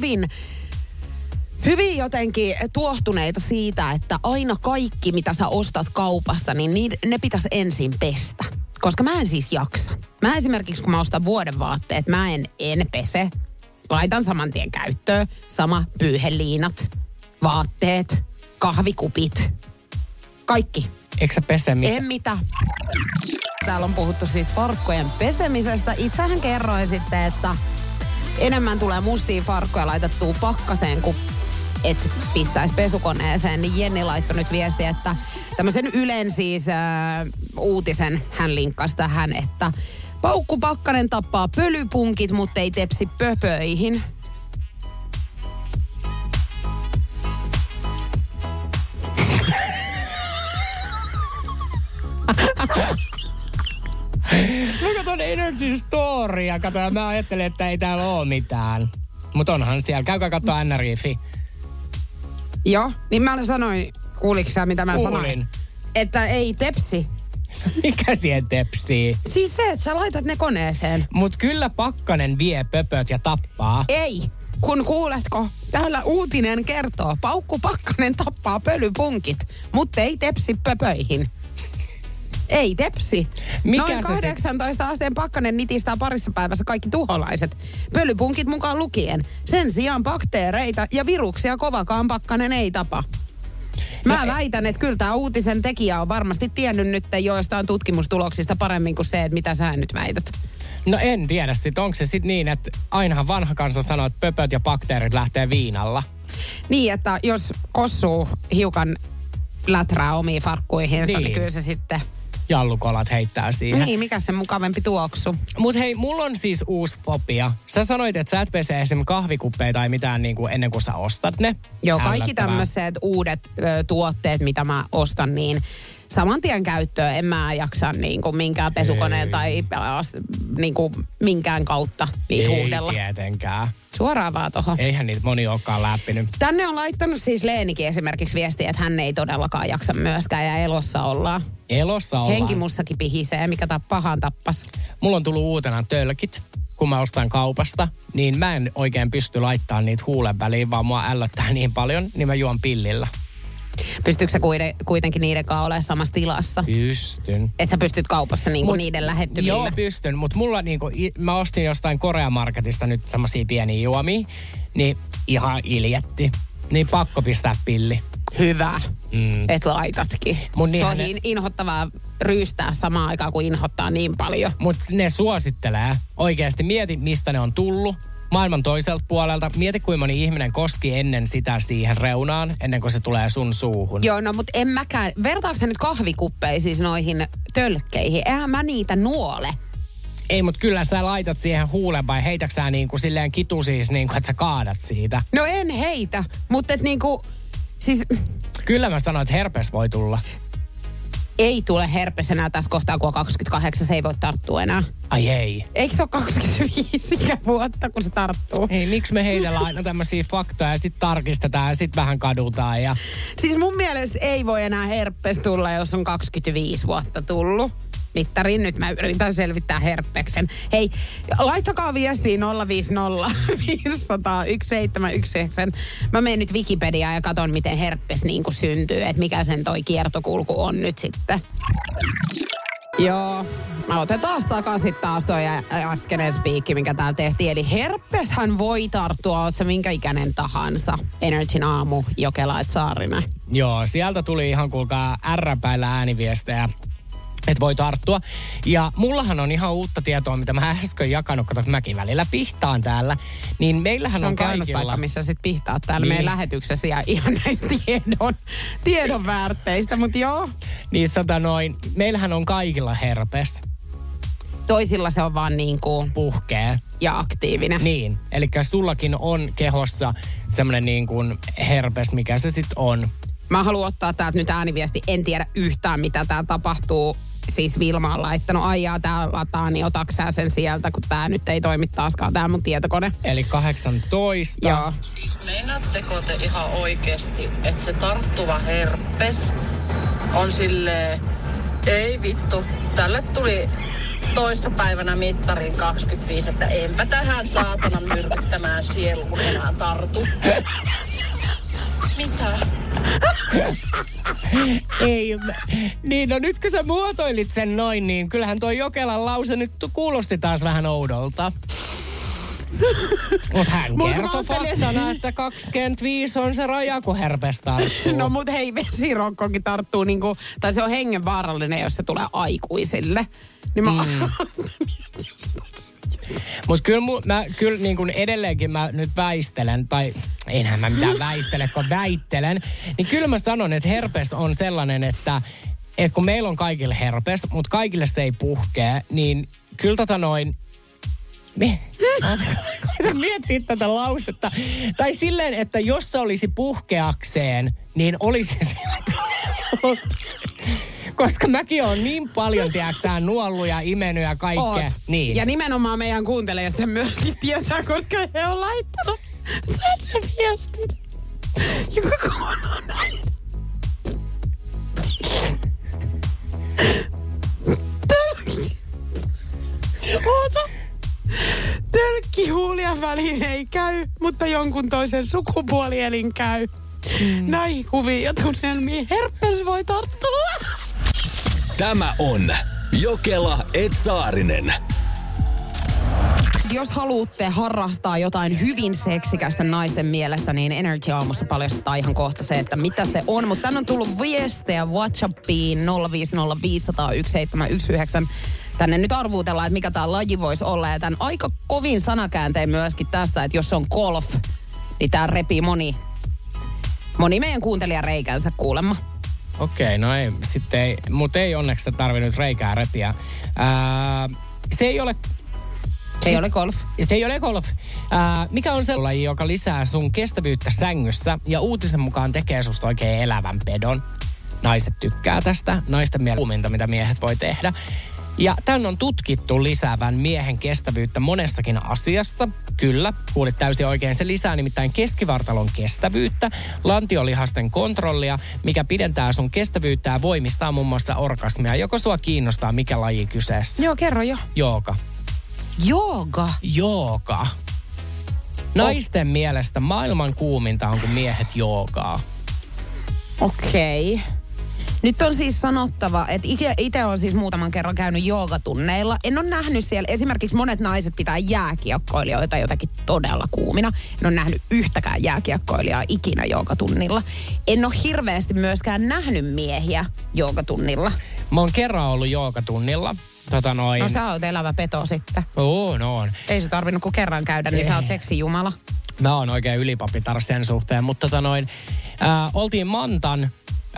hyvin jotenkin tuohtuneita siitä, että aina kaikki, mitä sä ostat kaupasta, niin ne pitäisi ensin pestä. Koska mä en siis jaksa. Mä esimerkiksi, kun mä ostan vuodenvaatteet, mä en pese. Laitan saman tien käyttöön. Sama pyyheliinat, vaatteet, kahvikupit. Kaikki. Eikö sä pese mitään? En mitään. Täällä on puhuttu siis farkkojen pesemisestä. Itsehän kerroin sitten, että enemmän tulee mustia farkkoja laitettua pakkaseen, kuin et pistäisi pesukoneeseen. Niin Jenni laittoi nyt viesti, että tämmöisen Ylen siis uutisen hän linkkasi tähän, että paukkupakkanen tappaa pölypunkit, mutta ei tepsi pöpöihin. Mä katson Energy Storya, ja mä ajattelin, että ei täällä oo mitään. Mut onhan siellä. Käykää katsoa NRI.fi. Joo, niin mä sanoin, kuuliko sä mitä mä sanoin? Että ei tepsi. Mikä siihen tepsii? Siis se, että sä laitat ne koneeseen. Mut kyllä Pakkanen vie pöpöt ja tappaa. Ei. Kun kuuletko, täällä uutinen kertoo, Paukku Pakkanen tappaa pölypunkit, mutta ei tepsi pöpöihin. Ei tepsi. Noin 18 asteen Pakkanen nitistää parissa päivässä kaikki tuholaiset. Pölypunkit mukaan lukien. Sen sijaan bakteereita ja viruksia kovakaan Pakkanen ei tapa. Mä väitän, että kyllä tämä uutisen tekijä on varmasti tiennyt nyt joistain tutkimustuloksista paremmin kuin se, että mitä sä nyt väität. No en tiedä sit. Onko se sit niin, että ainahan vanha kansa sanoo, että pöpöt ja bakteerit lähtee viinalla? Niin, että jos kossuu hiukan läträä omiin farkkuihinsa, niin kyllä se sitten... Jallukolat heittää siihen. Niin, mikä se mukavampi tuoksu. Mut hei, mulla on siis uusi fobia. Sä sanoit, että sä et pese esimerkiksi kahvikuppeja tai mitään niin kuin ennen kuin sä ostat ne. Joo, kaikki tämmöiset uudet tuotteet, mitä mä ostan, niin saman tien käyttöön en mä jaksa niin kuin minkään pesukoneen tai niin kuin minkään kautta niitä huudella. Ei tietenkään. Suoraan vaan tohon. Eihän niitä moni olekaan läppinyt. Tänne on laittanut siis Leenikin esimerkiksi viestiä, että hän ei todellakaan jaksa myöskään ja elossa ollaan. Elossa ollaan. Henki mussakin pihisee, mikä pahaan tappas. Mulla on tullut uutena tölkit, kun mä ostan kaupasta, niin mä en oikein pysty laittamaan niitä huulen väliin, vaan mua ällöttää niin paljon, niin mä juon pillillä. Pystytkö sä kuitenkin niiden kanssa olemaan samassa tilassa? Pystyn. Että sä pystyt kaupassa niinku niiden lähettyville? Joo, pystyn. Mutta mulla niinku, mä ostin jostain Korean marketista nyt semmosia pieniä juomia, niin ihan iljetti. Niin pakko pistää pilli. Hyvä, et laitatkin. Se on inhottavaa ryystää samaan aikaan, kun inhottaa niin paljon. Mutta ne suosittelee. Oikeasti mieti, mistä ne on tullut. Maailman toiselta puolelta. Mieti, kuinka moni ihminen koski ennen sitä siihen reunaan, ennen kuin se tulee sun suuhun. Joo, no mutta en mäkään. Vertaatko sä nyt kahvikuppeja siis noihin tölkkeihin? Eihän mä niitä nuole. Ei, mutta kyllä sä laitat siihen huulen vai heitätkö sä niinku silleen kitu siis niinku, että sä kaadat siitä? No en heitä, mutta et niinku, siis... Kyllä mä sanoin, että herpes voi tulla. Ei tule herpes enää tässä kohtaa, kun on 28, se ei voi tarttua enää. Ai ei. Eikö se ole 25 vuotta, kun se tarttuu? Ei, miksi me heitellään aina tämmöisiä faktoja ja sitten tarkistetaan ja sitten vähän kadutaan ja... Siis mun mielestä ei voi enää herpes tulla, jos on 25 vuotta tullut. Mittariin, nyt mä yritän selvittää herpeksen. Hei, laittakaa viestiin 050 500 1719. Mä menen nyt Wikipediaan ja katson, miten herpes niin kuin syntyy, että mikä sen toi kiertokulku on nyt sitten. Joo, mä otetaan takaisin taas toi äskeinen spiikki, minkä täällä tehtiin. Eli herpeshän voi tarttua, oot sä minkä ikäinen tahansa. Energin aamu, Jokela et Saarinen. Joo, sieltä tuli ihan kuulkaa ärräpäillä ääniviestejä, että voi tarttua. Ja mullahan on ihan uutta tietoa, mitä mä äsken jakanut, kato, mäkin välillä pihtaan täällä. Niin meillähän on kaikilla... paikka, missä sit pihtaat täällä meidän lähetyksessä ja ihan näistä tiedon väärteistä, mutta joo. Niin meillähän on kaikilla herpes. Toisilla se on vaan niin kuin... puhkee. Ja aktiivinen. Niin, eli sullakin on kehossa semmoinen niin kuin herpes, mikä se sitten on. Mä haluan ottaa täältä nyt ääniviesti. En tiedä yhtään, mitä täällä tapahtuu. Siis Vilma on laittanut, aijaa tää lataa, niin otaks sä sen sieltä, kun tää nyt ei toimi taaskaan, tää mun tietokone. Eli 18. Joo. Siis meinaatteko te ihan oikeesti, että se tarttuva herpes on silleen, ei vittu, tälle tuli toissapäivänä mittariin 25, että enpä tähän saatanan myrkyttämään sieluun enää tartu. Mitä? Ei, niin no nyt kun sä muotoilit sen noin, niin kyllähän toi Jokelan lause nyt kuulosti taas vähän oudolta. Mut hän kertoi faktana, että 25 on se raja, kun herpes tarttuu. No mut hei, vesirokkokin tarttuu niinku, tai se on hengenvaarallinen, jos se tulee aikuisille. Niin mä Mut kyllä niin kuin edelleenkin mä nyt väistelen, tai enhän mä mitään väistele, kun väittelen. Niin kyllä mä sanon, että herpes on sellainen, että kun meillä on kaikille herpes, mutta kaikille se ei puhkee, niin kyllä miettiä tätä lausetta. Tai silleen, että jos se olisi puhkeakseen, niin olisi se koska mäkin on niin paljon, tiedäksään, nuolluja, imenyt ja kaikkea. Niin. Ja nimenomaan meidän kuuntelijat sen myöskin tietää, koska he on laittanut tänne viestin, joka kuuluu näin. Oota. Tölkkihuulien väliin ei käy, mutta jonkun toisen sukupuolielin käy. Näihin kuviin ja tunnelmiin herpes voi tarttua. Tämä on Jokela et Saarinen. Jos haluatte harrastaa jotain hyvin seksikästä naisten mielestä, niin Energy Aamussa paljastetaan ihan kohta se, että mitä se on. Mutta tänne on tullut viestejä WhatsAppiin 050501719. Tänne nyt arvuutellaan, että mikä tämä laji voisi olla. Ja tämän aika kovin sanakääntein myöskin tästä, että jos se on golf, niin tämä repii moni meidän kuuntelijan reikänsä kuulemma. Okei, no ei, sitten ei, mutta ei onneksi tarvinnut reikää repiä. Se ei ole golf. Se ei ole golf. Mikä on sellainen laji, joka lisää sun kestävyyttä sängyssä ja uutisen mukaan tekee susta oikein elävän pedon? Naiset tykkää tästä. Naisten mielestä mitä miehet voi tehdä. Ja tämän on tutkittu lisäävän miehen kestävyyttä monessakin asiassa. Kyllä, kuulit täysin oikein. Se lisää nimittäin keskivartalon kestävyyttä, lantiolihasten kontrollia, mikä pidentää sun kestävyyttä ja voimistaa muun muassa orgasmia. Joko sua kiinnostaa, mikä laji kyseessä? Joo, kerro jo. Jooga. Jooga. Naisten mielestä maailman kuuminta on, kun miehet joogaa. Okei. Nyt on siis sanottava, että itse olen siis muutaman kerran käynyt joogatunneilla. En ole nähnyt siellä, esimerkiksi monet naiset pitää jääkiekkoilijoita jotakin todella kuumina. En ole nähnyt yhtäkään jääkiekkoilijaa ikinä joogatunnilla. En ole hirveästi myöskään nähnyt miehiä joogatunnilla. Mä oon kerran ollut joogatunnilla. No sä oot elävä peto sitten. No on. Ei se tarvinnut kuin kerran käydä, niin sä oot seksijumala. Mä oon oikein ylipapitar sen suhteen, mutta oltiin Mantan,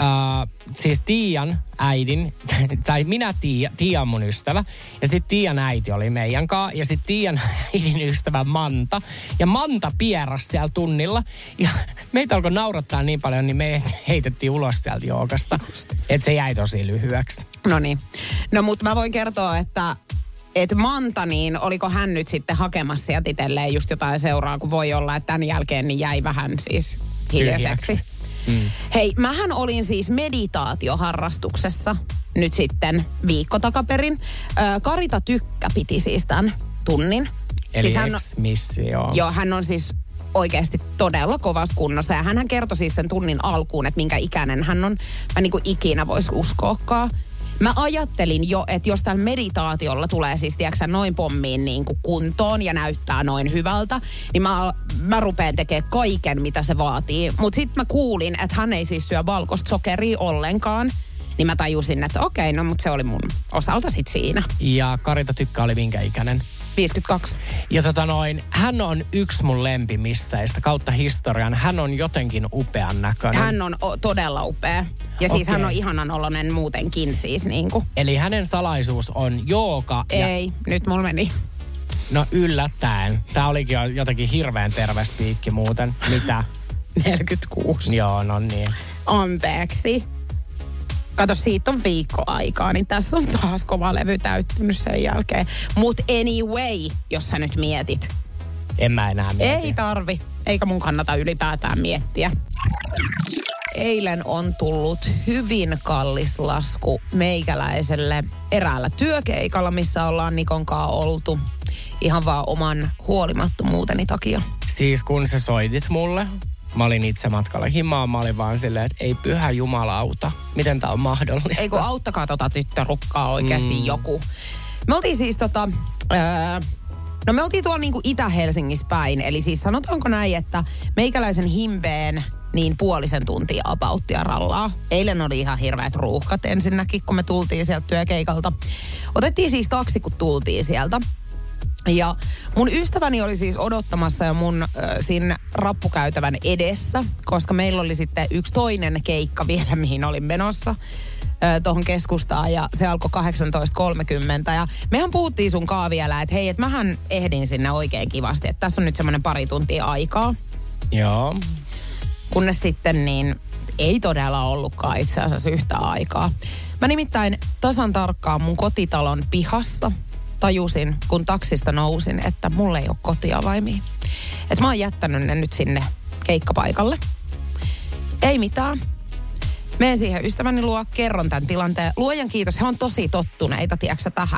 siis Tiian äidin, tai minä Tiia on mun ystävä, ja sitten Tiian äiti oli meidän kanssa, ja sitten Tiian äidin ystävä Manta, ja Manta pierasi siellä tunnilla, ja meitä alkoi naurattaa niin paljon, niin me heitettiin ulos sieltä joogasta, että se jäi tosi lyhyeksi. No niin. No mutta mä voin kertoa, että Manta, niin oliko hän nyt sitten hakemassa sieltä itselleen just jotain seuraa, kun voi olla, että tämän jälkeen niin jäi vähän siis hiljaiseksi. Hei, mähän olin siis meditaatioharrastuksessa nyt sitten viikko takaperin. Karita Tykkä piti siis tämän tunnin. Eli siis ex-missio. Joo, hän on siis oikeasti todella kovassa kunnossa. Ja hän kertoi siis sen tunnin alkuun, että minkä ikäinen hän on. Mä niin kuin ikinä vois uskoakaan. Mä ajattelin jo, että jos tällä meditaatiolla tulee siis, tiedätkö, noin pommiin niin kuin kuntoon ja näyttää noin hyvältä, niin mä rupean tekemään kaiken, mitä se vaatii. Mutta sitten mä kuulin, että hän ei siis syö valkoista sokeria ollenkaan. Niin mä tajusin, että okei, no mutta se oli mun osalta sit siinä. Ja Karita Tykkä oli minkä ikäinen? 52. Ja hän on yksi mun lempimisseistä kautta historian. Hän on jotenkin upean näköinen. Hän on todella upea. Ja siis hän on ihanan oloinen muutenkin siis niinku. Eli hänen salaisuus on jooga. Ei, nyt mulla meni. No yllättäen. Tää olikin jotenkin hirveän terve spiikki muuten. Mitä? 46. Joo, no niin. Anteeksi. Kato, siitä on viikko aikaa, niin tässä on taas kova levy täyttynyt sen jälkeen. Mut anyway, jos sä nyt mietit. En mä enää mieti. Ei tarvi, eikä mun kannata ylipäätään miettiä. Eilen on tullut hyvin kallis lasku meikäläiselle eräällä työkeikalla, missä ollaan Nikon kanssa oltu. Ihan vaan oman huolimattomuuteni takia. Siis kun sä soitit mulle, mä olin itse matkalla himaan, mä olin vaan silleen, että ei pyhä jumalauta, miten tää on mahdollista? Ei kun auttakaa tyttörukkaa oikeasti joku. Me oltiin siis me oltiin tuolla niinku Itä-Helsingissä päin, eli siis sanotaanko näin, että meikäläisen himpeen niin puolisen tuntia abauttia rallaa. Eilen oli ihan hirveät ruuhkat ensinnäkin, kun me tultiin sieltä työkeikalta. Otettiin siis taksi, kun tultiin sieltä. Ja mun ystäväni oli siis odottamassa jo mun siinä rappukäytävän edessä, koska meillä oli sitten yksi toinen keikka vielä, mihin olin menossa tuohon keskustaan, ja se alkoi 18.30. Ja mehän puhuttiin sun kaa vielä, että hei, että mähän ehdin sinne oikein kivasti, että tässä on nyt semmoinen pari tuntia aikaa. Joo. Kunnes sitten niin ei todella ollutkaan itse asiassa yhtä aikaa. Mä nimittäin tasan tarkkaan mun kotitalon pihassa tajusin, kun taksista nousin, että mulla ei ole kotiavaimia. Että mä oon jättänyt ne nyt sinne keikkapaikalle. Ei mitään. Menen siihen ystäväni luo, kerron tämän tilanteen. Luojan kiitos, he on tosi tottuneita, tiedätkö tähän.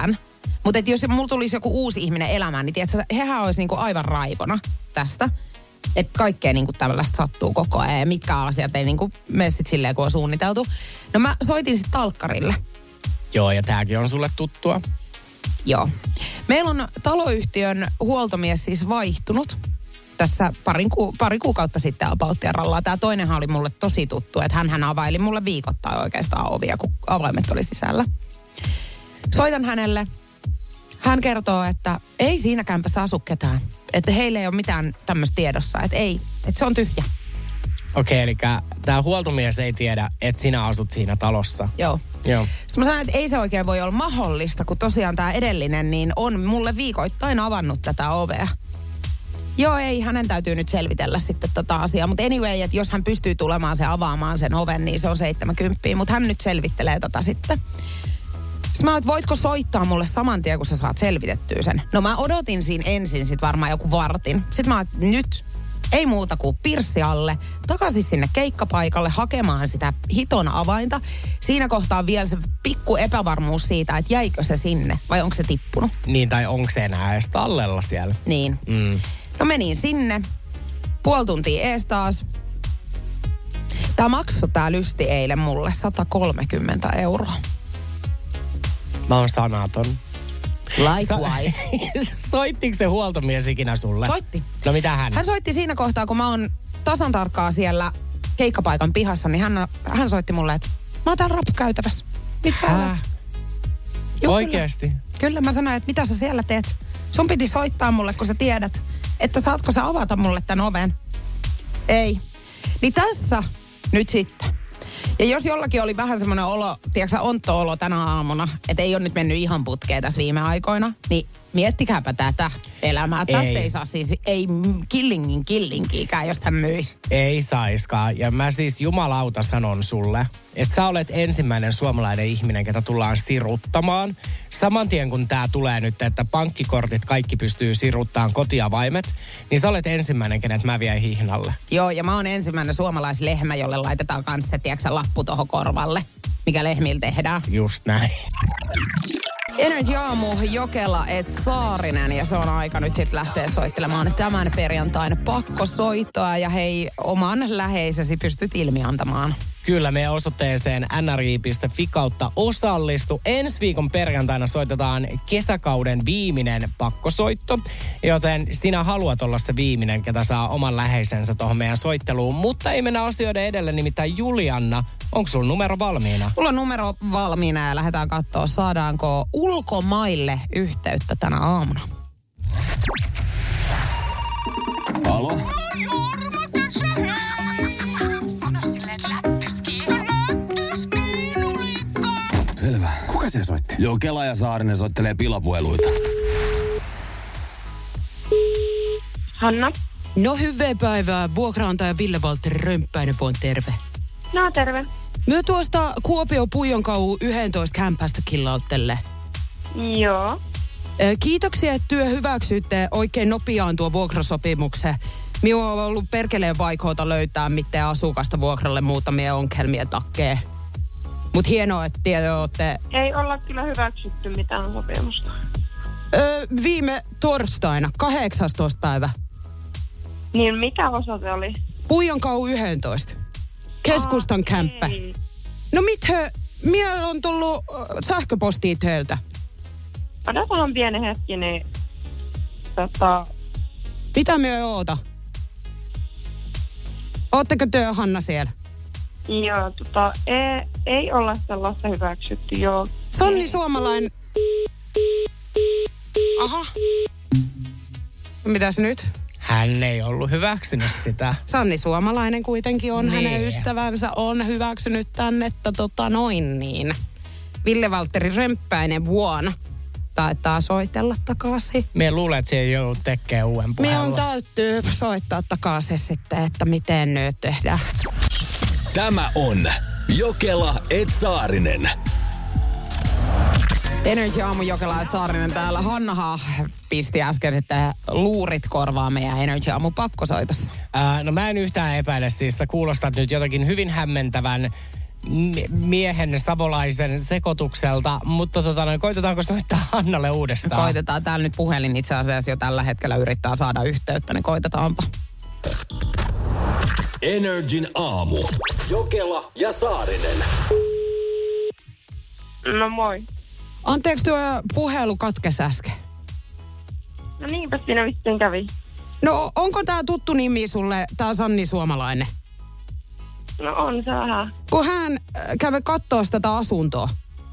Mutta jos mulla tulisi joku uusi ihminen elämään, niin tiedätkö, hehän olisi niinku aivan raivona tästä. Että kaikkea niinku tällaista sattuu koko ajan ja mitkä asiat ei niinku mene sit silleen, kun on suunniteltu. No mä soitin sitten talkkarille. Joo, ja tääkin on sulle tuttua. Joo. Meillä on taloyhtiön huoltomies siis vaihtunut tässä pari kuukautta sitten Apauttiaralla. Tämä toinenhan oli mulle tosi tuttu, että hän availi mulle viikoittain oikeastaan ovia, kun avaimet oli sisällä. Soitan hänelle. Hän kertoo, että ei siinä kämpässä asu ketään. Että heillä ei ole mitään tämmöistä tiedossa, että ei, että se on tyhjä. Okei, eli tämä huoltomies ei tiedä, että sinä asut siinä talossa. Joo. Sitten mä sanoin, että ei se oikein voi olla mahdollista, kun tosiaan tämä edellinen niin on mulle viikoittain avannut tätä ovea. Joo, ei, hänen täytyy nyt selvitellä sitten tätä asiaa. Mutta anyway, että jos hän pystyy tulemaan se avaamaan sen oven, niin se on 70. Mutta hän nyt selvittelee tätä sitten. Sitten mä oon, että voitko soittaa mulle saman tien, kun sä saat selvitettyä sen. No mä odotin siinä ensin sit varmaan joku vartin. Sitten mä oon, että nyt ei muuta kuin pirssi alle, takaisin sinne keikkapaikalle hakemaan sitä hiton avainta. Siinä kohtaa vielä se pikku epävarmuus siitä, että jäikö se sinne vai onko se tippunut. Niin, tai onko se enää edes tallella siellä. Niin. No menin sinne, puoli tuntia ees taas. Tää maksoi tää lysti eilen mulle 130 €. Mä oon sanaton. Likewise. Soittiko se huoltomies ikinä sulle? Soitti. No mitä hän? Hän soitti siinä kohtaa, kun mä oon tasan tarkkaa siellä keikkapaikan pihassa, niin hän soitti mulle, että mä oon täällä rappukäytävässä. Missä olet? Oikeesti? Kyllä, mä sanoin, että mitä sä siellä teet? Sun piti soittaa mulle, kun sä tiedät, että saatko sä avata mulle tän oven. Ei. Niin tässä nyt sitten. Ja jos jollakin oli vähän semmoinen olo, tiedätkö ontto-olo tänä aamuna, että ei ole nyt mennyt ihan putkeen tässä viime aikoina, niin miettikääpä tätä elämää. Tästä ei saa siis, ei killinkiikään, jos hän myisi. Ei saiskaan. Ja mä siis jumalauta sanon sulle, että sä olet ensimmäinen suomalainen ihminen, ketä tullaan siruttamaan. Saman tien kun tää tulee nyt, että pankkikortit kaikki pystyy siruttamaan kotiavaimet, niin sä olet ensimmäinen, kenet mä vien hihnalle. Joo, ja mä oon ensimmäinen suomalaislehmä, jolle laitetaan kanssa se, tiedätkö, lappu tohon korvalle, mikä lehmillä tehdään. Just näin. Energy Aamu, Jokela et Saarinen, ja se on aika nyt sitten lähteä soittelemaan tämän perjantain pakkosoittoa, ja hei, oman läheisesi pystyt ilmiantamaan. Kyllä, meidän osoitteeseen nri.fi kautta osallistu. Ensi viikon perjantaina soitetaan kesäkauden viimeinen pakkosoitto, joten sinä haluat olla se viimeinen, ketä saa oman läheisensä tuohon meidän soitteluun. Mutta ei mennä asioiden edelle, nimittäin Julianna, onko sulla numero valmiina? Mulla on numero valmiina ja lähdetään katsoa, saadaanko ulkomaille yhteyttä tänä aamuna. Alo? Selvä. Kuka se soitti? Jokela ja Saarinen soittelee pilapueluita. Hanna. No hyvää päivää. Vuokraantaja Ville-Valtteri Römppäinen, voin terve. No terve. Myö tuosta Kuopio Puijonkau 11 kämpästä killauttelle. Joo. Kiitoksia, että työ hyväksytte oikein nopeaan tuo vuokrasopimuksen. Minua on ollut perkeleen vaikeaa löytää mitään asukasta vuokralle muutamia ongelmia takkeen. Mut hienoa, että te olette... Ei olla kyllä hyväksytty mitään sopimusta. Viime torstaina, 18. päivä. Niin mikä osoite oli? Puijonkau 11. Keskustan kämppä. No mitkä? Minä on tullut sähköpostia teiltä. Odotan pieni hetki, niin... Mitä minä oota? Ootteko te, Hanna, siellä? Joo, ei olla sellaista hyväksytty, joo. Sonni Suomalainen... Aha. Mitäs nyt? Hän ei ollut hyväksynyt sitä. Sanni Suomalainen kuitenkin on, niin. Hänen ystävänsä on hyväksynyt tänne, että niin. Ville-Valtteri Römppäinen vuonna taitaa soitella takaisin. Mie luulen, että se ei joudu tekemään uuden puhelun. Minun täytyy soittaa takaisin sitten, että miten nyt tehdään. Tämä on Jokela et Saarinen. Energy Aamu, Jokela et Saarinen täällä. Hannahan pisti äsken sitten luurit korvaa meidän Energy Aamu pakkosoitossa. No mä en yhtään epäile, siis sä kuulostat nyt jotakin hyvin hämmentävän miehen savolaisen sekoitukselta, mutta koitetaanko soittaa Hannalle uudestaan? Koitetaan. Täällä nyt puhelin itse asiassa jo tällä hetkellä yrittää saada yhteyttä, niin koitetaanpa. Energin aamu. Jokela ja Saarinen. No moi. Anteeksi, tuo puhelu katkesi äsken. No niinpä siinä vissiin kävi. No onko tää tuttu nimi sulle, tää Sanni Suomalainen? No on se vähän. Kun hän kävi kattoo tätä asuntoa.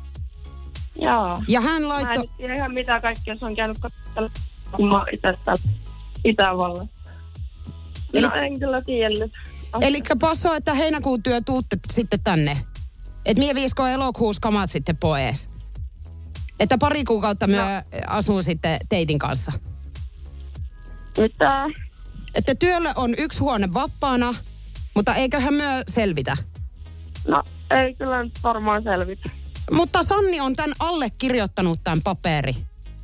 Joo. Ja hän Mä laittoi... en tiedä ihan mitä kaikkea se on käynyt katsomaan, kun mä itse Itävallassa. Eli... No en kyllä tiedä. Elikkä passo, että heinäkuun työ tuutte sitten tänne. Et mie viisko elokuussa kamat sitten pois. Että pari kuukautta myö asun sitten teidin kanssa. Mitä? Että työlle on 1 huone vapaana, mutta eiköhän myö selvitä. No ei kyllä nyt varmaan selvitä. Mutta Sanni on tän allekirjoittanut tämän paperi.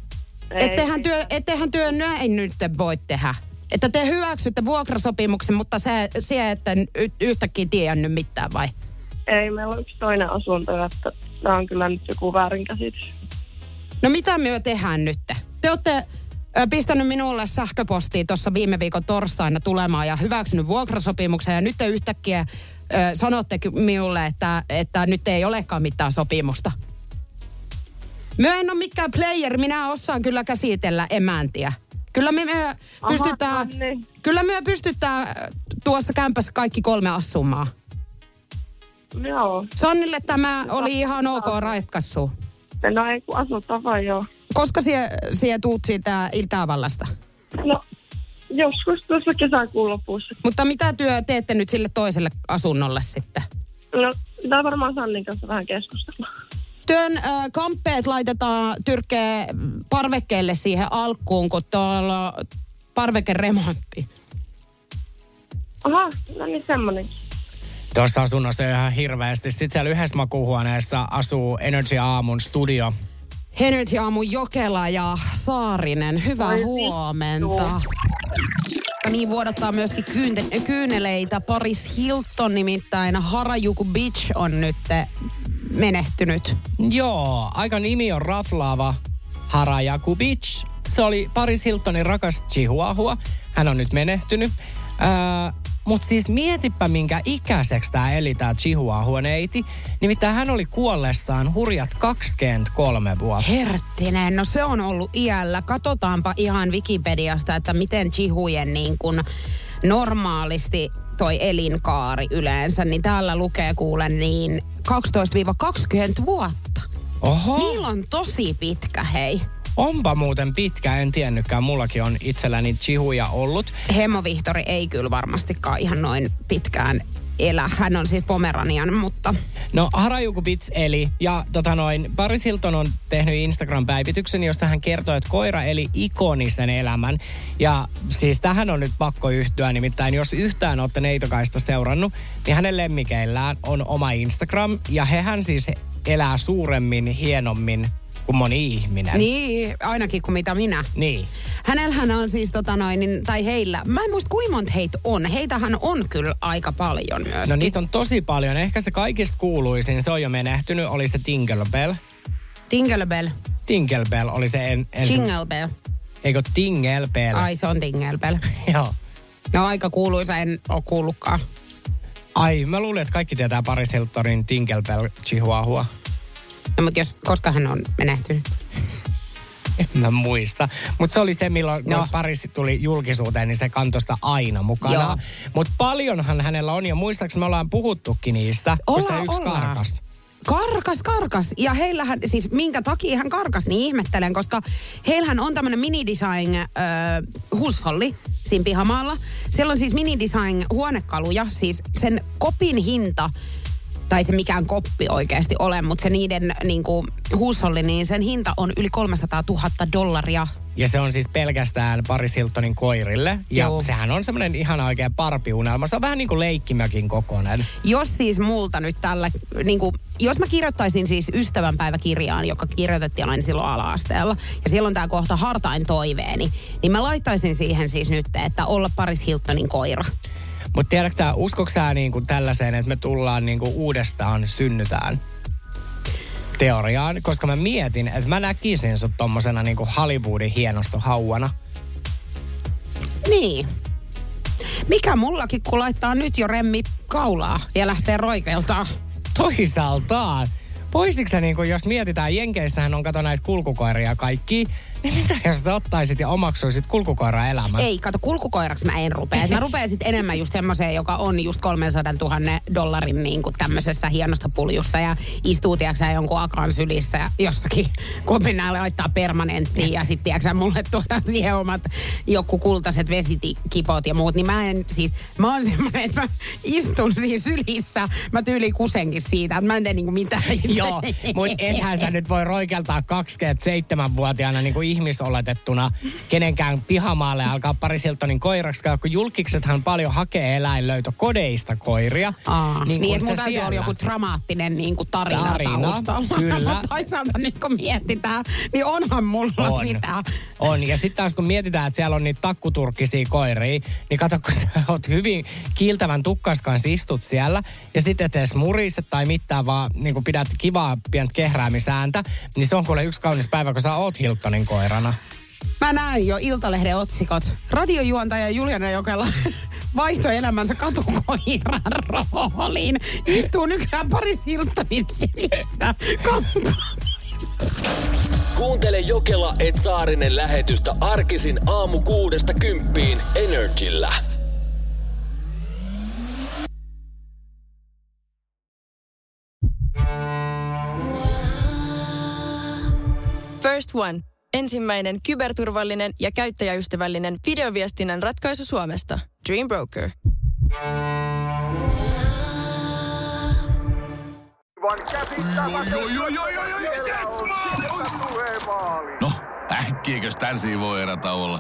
Ettehän työ näin nyt voi tehdä. Että te hyväksytte vuokrasopimuksen, mutta se että yhtäkkiä tiennyt mitään vai? Ei, meillä on 1 toinen asunto, että tämä on kyllä nyt joku väärinkäsitys. No mitä myö tehdään nyt? Te olette pistänyt minulle sähköpostia tuossa viime viikon torstaina tulemaan ja hyväksynyt vuokrasopimuksen ja nyt te yhtäkkiä sanotte minulle, että nyt ei olekaan mitään sopimusta. Myö en ole mikään player, minä osaan kyllä käsitellä emäntiä. Kyllä me pystytään, niin. kyllä me pystytään tuossa kämpässä kaikki 3 asumaan. Joo. Sannille tämä oli ihan ok ratkaisu. No ei kun asutaan vaan joo. Koska sie tuut siitä Itävallasta? No joskus tuossa kesäkuun lopussa. Mutta mitä työ teette nyt sille toiselle asunnolle sitten? No pitää varmaan Sannin kanssa vähän keskustella. Työn kamppeet laitetaan tyrkkeen parvekkeelle siihen alkuun, kun tuolla on parvekeremontti. Aha, no niin semmonenkin. Tuossa asunnossa on ihan hirveästi. Sitten siellä yhdessä makuuhuoneessa asuu Energy Aamun studio. Energy Aamun Jokela ja Saarinen. Hyvää huomenta. Niin vuodattaa myöskin kyyneleitä. Paris Hilton nimittäin Harajuku Beach on nyt menehtynyt. Joo, aika nimi on raflaava Harajuku Beach. Se oli Paris Hiltonin rakas chihuahua. Hän on nyt menehtynyt. Mutta siis mietipä, minkä ikäiseksi tämä eli tämä chihuahua-neiti. Nimittäin hän oli kuollessaan hurjat 23 vuotta. Herttinen, no se on ollut iällä. Katsotaanpa ihan Wikipediasta, että miten chihujen niin kuin normaalisti toi elinkaari yleensä. Niin täällä lukee kuulen niin 12-20 vuotta. Oho. Niillä on tosi pitkä, hei. Onpa muuten pitkä, en tiennytkään. Mullakin on itselläni chihuja ollut. Hemmo-Vihtori ei kyllä varmastikaan ihan noin pitkään elä. Hän on siis Pomeranian, mutta... No Harajuku Beach eli, ja Paris Hilton on tehnyt Instagram-päivityksen, jossa hän kertoo, että koira eli ikonisen elämän. Ja siis tähän on nyt pakko yhtyä, nimittäin jos yhtään olette Neitokaista seurannut, niin hänen lemmikeillään on oma Instagram, ja hehän siis elää suuremmin, hienommin kuin moni ihminen. Niin, ainakin kuin mitä minä. Niin. Hänellähän on siis tai heillä, mä en muista kuinka monta heitä on. Heitähän on kyllä aika paljon myöskin. No niitä on tosi paljon. Ehkä se kaikista kuuluisin, se on jo menehtynyt, oli se Tingle Bell. Tingle Bell. Tingle Bell oli se Jingle Bell. Eikö Tingle Bell? Ai se on Tingle Bell. Joo. No aika kuuluisa, en ole kuullutkaan. Ai, mä luulin, että kaikki tietää Paris Hiltonin Tingle Bell chihuahua. No, mutta koska hän on menehtynyt? En mä muista. Mutta se oli se, milloin Paris tuli julkisuuteen, niin se kantoi sitä aina mukana. Mutta paljonhan hänellä on, ja muistaakseni me ollaan puhuttukin niistä, kun se yksi karkas. Karkas. Ja heillähän, siis minkä takia hän karkas, niin ihmettelen, koska heillähän on tämmöinen mini-design huusholli siinä pihamaalla. Siellä on siis mini-design huonekaluja, siis sen kopin hinta, tai se mikään koppi oikeasti ole, mutta se niiden niinku huusholli, niin sen hinta on yli $300,000. Ja se on siis pelkästään Paris Hiltonin koirille. Ja sehän on semmoinen ihan oikein parpiunelma. Se on vähän niin kuin leikkimökin kokoinen. Jos siis multa nyt tällä, niinku, jos mä kirjoittaisin siis ystävänpäiväkirjaan, joka kirjoitettiin aina silloin ala-asteella, ja siellä on tää kohta hartain toiveeni, niin mä laittaisin siihen siis nyt, että olla Paris Hiltonin koira. Mutta tiedätkö sä, uskoiko sä niinku tällaiseen, että me tullaan niinku uudestaan synnytään teoriaan? Koska mä mietin, että mä näkisin sut tommosena niinku Hollywoodin hienostohauana. Niin. Mikä mullakin, kun laittaa nyt jo remmi kaulaa ja lähtee roikeltaan? Toisaaltaan. Voisitko sä niinku, jos mietitään, Jenkeissähän on kato näitä kulkukoiria kaikki, niin mitä jos sä ottaisit ja omaksuisit kulkukoira-elämän? Ei, kato, kulkukoiraksi mä en rupea. Mä rupean sit enemmän just semmoiseen, joka on just $300,000 niin kuin tämmöisessä hienosta puljussa ja istuu, tiiäksä, jonkun akan sylissä ja jossakin, kun mennään laittaa permanenttiin ja sit, tiiäksä, mulle tuodaan siihen omat joku kultaiset vesitikipot ja muut, niin mä oon semmoinen, että mä istun siinä sylissä, mä tyyliin kusenkin siitä, että mä en tee niinku mitään. Joo, mutta ethän sä nyt voi roikeltaa 27-vuotiaana niinku ihmisoletettuna kenenkään pihamaalle alkaa Paris Hiltonin koiraksi, kun julkiksethan paljon hakee eläinlöytökodeista koiria. Niin että mun täytyy olla joku dramaattinen niin kuin tarina taustalla. Kyllä. Mutta toisaalta nyt kun mietitään, niin onhan mulla sitä. On, ja sitten taas kun mietitään, että siellä on niitä takkuturkkisia koiria, niin kato, kun sä oot hyvin kiiltävän tukkaskaan istut siellä, ja sitten et edes muriset tai mitään, vaan niin pidät kivaa pientä kehräämisääntä, niin se on kuule yksi kaunis päivä, kun sä oot Hiltonin koirana. Mä näin jo Iltalehden otsikot. Radiojuontaja Juliana Jokela vaihtoi elämänsä katukoiran rooliin. Istuu nykyään Paris Hiltonin sylissä. Kuuntele Jokela et Saarinen -lähetystä arkisin aamu 6–10 Energillä. First One. Ensimmäinen kyberturvallinen ja käyttäjäystävällinen videoviestinnän ratkaisu Suomesta. Dream Broker. No, äkkiäkös tän voi erätä olla?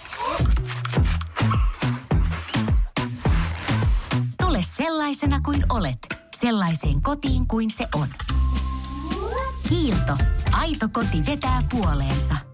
Tule sellaisena kuin olet, sellaiseen kotiin kuin se on. Kiilto. Aito koti vetää puoleensa.